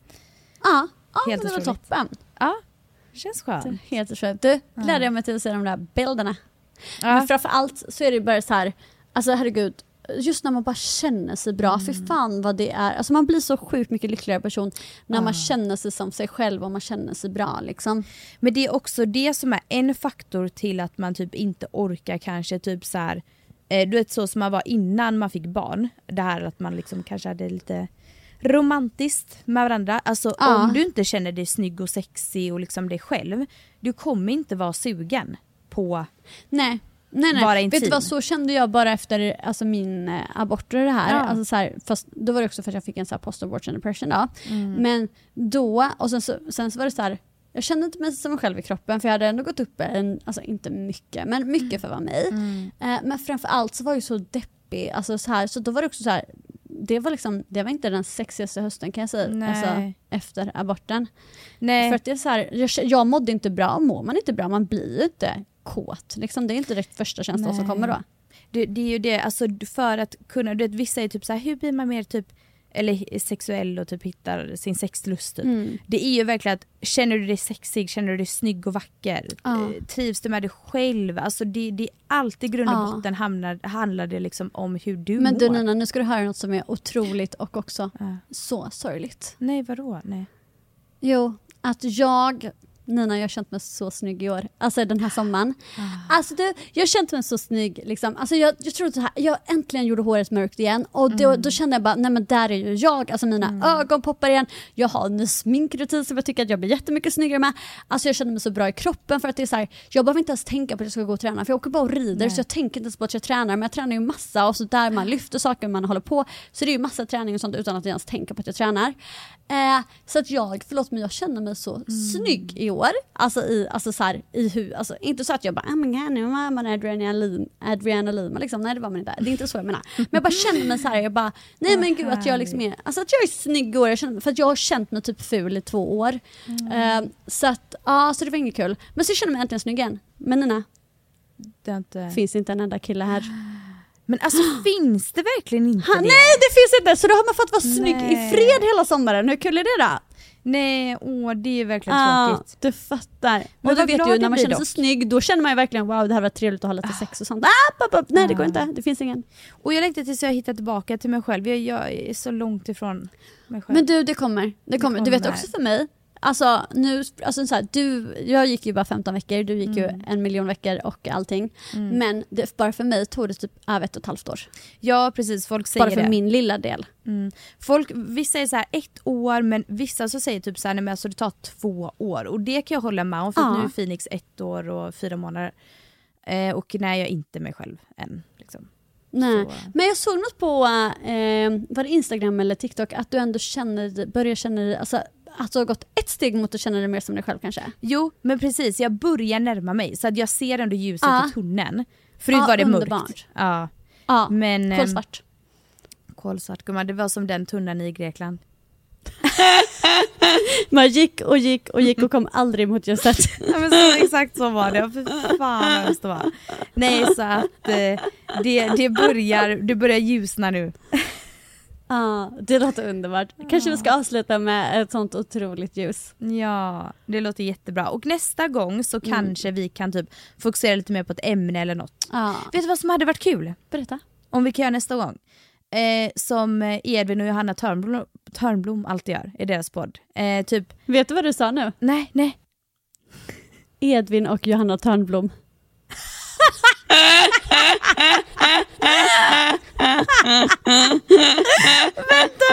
Ja, ja helt det var toppen. Ja, det känns skönt. Det helt skönt. Du, gläder jag mig till att se de där bilderna. Ja. Men framförallt så är det bara så här, alltså herregud, just när man bara känner sig bra, mm. för fan vad det är. Alltså man blir så sjukt mycket lyckligare person när mm. man känner sig som sig själv och man känner sig bra liksom. Men det är också det som är en faktor till att man typ inte orkar kanske typ så här, eh, du vet så som man var innan man fick barn. Det här att man liksom kanske hade lite romantiskt med varandra. Alltså ja. om du inte känner dig snygg och sexig och liksom dig själv, du kommer inte vara sugen på... Nej. Nej, nej. Vet du vad, så kände jag bara efter alltså, min äh, abort och det här. Ja. Alltså, så här, fast då var det också för att jag fick en så här post-abortion depression då. Mm. Men då, och sen så, sen så var det så här, jag kände inte mig som mig själv i kroppen, för jag hade ändå gått upp en, alltså inte mycket, men mycket för att vara mig. Mm. Äh, men framförallt så var jag så deppig, alltså så här, så då var det också så här, det var liksom, det var inte den sexigaste hösten kan jag säga, alltså, efter aborten. Nej. För att det är så här, jag, jag mådde inte bra, mår man inte bra, man blir ju inte kåt. Liksom, det är inte direkt första känslan som kommer då. Det, det är ju det, alltså för att kunna, du vet, vissa är typ så här, hur blir man mer typ, eller sexuell och typ hittar sin sexlust typ. Mm. Det är ju verkligen att, känner du dig sexig, känner du dig snygg och vacker, ah. trivs du med dig själv, alltså det, det är alltid grund och ah. botten handlar, handlar det liksom om hur du Men mår. du Nina, nu ska du höra något som är otroligt och också ah. så sorgligt. Nej, vadå? Nej. Jo, att jag Nina, jag har känt mig så snygg i år. Alltså den här sommaren. Ah. Alltså du, jag har känt mig så snygg. Liksom. Alltså jag, jag tror så här, jag äntligen gjorde håret mörkt igen. Och då, mm. då kände jag bara, nej men där är ju jag. Alltså mina mm. ögon poppar igen. Jag har en ny sminkrutin som jag tycker att jag blir jättemycket snyggare med. Alltså jag känner mig så bra i kroppen för att det är så här, jag behöver inte ens tänka på att jag ska gå och träna. För jag åker bara och rider nej. Så jag tänker inte ens på att jag tränar. Men jag tränar ju massa och så där man lyfter saker man håller på. Så det är ju massa träning och sånt utan att jag ens tänker på att jag tränar. Eh, så att jag, förlåt men jag känner mig så mm. snygg i år. Alltså i, alltså så här, i hu, alltså inte så att jag bara, ah, men nu var man Adriana Lima, Adriana Lima liksom. Nej det var man inte, det är inte så jag menar. Men jag bara känner mig så här, jag bara, nej men gud att jag liksom är, alltså att jag är snygg i år, jag känner, för att jag har känt mig typ ful i två år. Mm. Eh, så att, ja så det var inget kul. Men så känner jag mig äntligen snygg igen. Men Nina, det inte... finns inte en enda kille här. Men alltså finns det verkligen inte ha, det? Nej det finns inte, så då har man fått vara snygg nej. I fred hela sommaren. Hur kul är det då? Nej, åh, det är verkligen ah, tråkigt. Du fattar. Men och du vet ju, när man känner sig dock. snygg, då känner man ju verkligen, wow, det här var trevligt att ha lite ah. sex och sånt. Ah, pop, pop. Nej, ah. det går inte. Det finns ingen. Och jag längtar tills jag hittar tillbaka till mig själv. Jag, jag är så långt ifrån mig själv. Men du, det kommer. Det kommer. Det kommer. Du vet också för mig, alltså, nu, alltså så här, du, jag gick ju bara femton veckor, du gick mm. ju en miljon veckor och allting. Mm. Men det, bara för mig tog det typ över ett och ett halvt år. Ja, precis. Folk säger bara för det. min lilla del. Mm. Folk, vissa säger så här ett år, men vissa så säger typ så här, nej men alltså det tar två år. Och det kan jag hålla med om, för ja. Nu är Phoenix ett år och fyra månader. Eh, och nej, jag är inte mig själv än. Liksom. Nej. Men jag såg något på eh, var det Instagram eller TikTok att du ändå känner, börjar känna dig, alltså att du har gått ett steg mot att känna dig mer som dig själv kanske. Jo, men precis. Jag börjar närma mig. Så att jag ser ändå ljuset ja. I tunneln. Förut ja, var det underbart. Mörkt. Ja, ja. Men, kolsvart. Kolsvart, gumman. Det var som den tunneln i Grekland. Man gick och gick och gick och kom aldrig mot ljuset. Ja, men så, exakt så var det. För fan vad det var. Nej, så att eh, det, det, börjar, det börjar ljusna nu. Ja, det låter underbart. Kanske vi ska avsluta med ett sånt otroligt ljus. Ja, det låter jättebra. Och nästa gång så mm. kanske vi kan typ fokusera lite mer på ett ämne eller något. Ja. Vet du vad som hade varit kul? Berätta. Om vi kan göra nästa gång. Eh, som Edvin och Johanna Törnblom, Törnblom alltid gör i deras podd. Eh, typ. Vet du vad du sa nu? Nej, nej. Edvin och Johanna Törnblom. Vänta,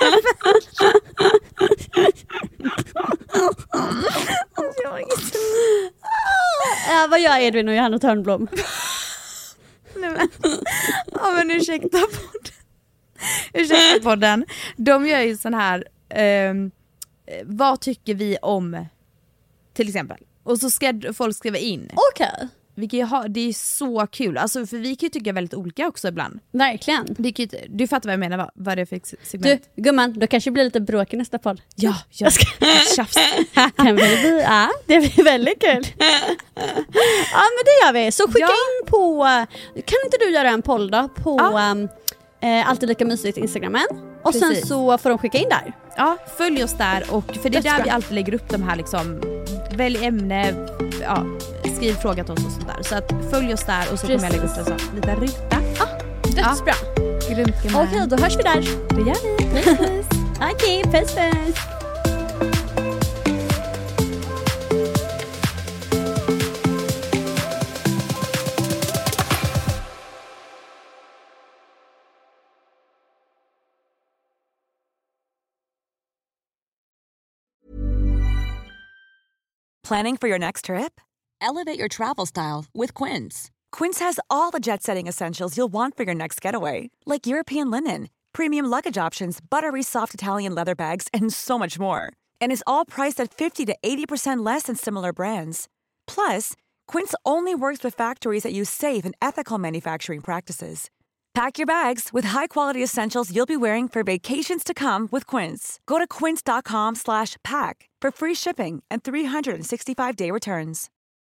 äh, vad gör Edvin och Johanna Törnblom? Nej, men. Ja, men ursäkta podden. Ursäkta podden. De gör ju sån här eh, vad tycker vi om till exempel. Och så ska folk skriva in. Okej. Okay. Vi kan ju ha, det är så kul. Alltså, för vi kan ju tycka väldigt olika också ibland. Verkligen. Det kan ju, du fattar vad jag menar, vad, vad det är för segment. Du, gumman, då kanske det blir lite bråk i nästa podd. Ja, jag ska tjafs. Kan vi bli, ja, det blir väldigt kul. Ja, men det gör vi. Så skicka ja. in på, kan inte du göra en poll då på ja. um, eh, Alltid lika mysigt Instagrammen. Och Precis. Sen så får de skicka in där. Ja, följ oss där. Och för det är där vi alltid lägger upp de här liksom, välj ämne, ja, skriv fråga till oss och sånt där. Så att följ oss där och så Precis. Kommer jag lägga upp en sån liten ruta. Ja, dödsbra. Ja. Grymt. Okej, då hörs vi där. Det gör vi. Puss. Okej, puss puss. Planning for your next trip? Elevate your travel style with Quince. Quince has all the jet-setting essentials you'll want for your next getaway, like European linen, premium luggage options, buttery soft Italian leather bags, and so much more. And is all priced at fifty to eighty percent less than similar brands. Plus, Quince only works with factories that use safe and ethical manufacturing practices. Pack your bags with high-quality essentials you'll be wearing for vacations to come with Quince. Go to quince.com slash pack for free shipping and three sixty-five day returns.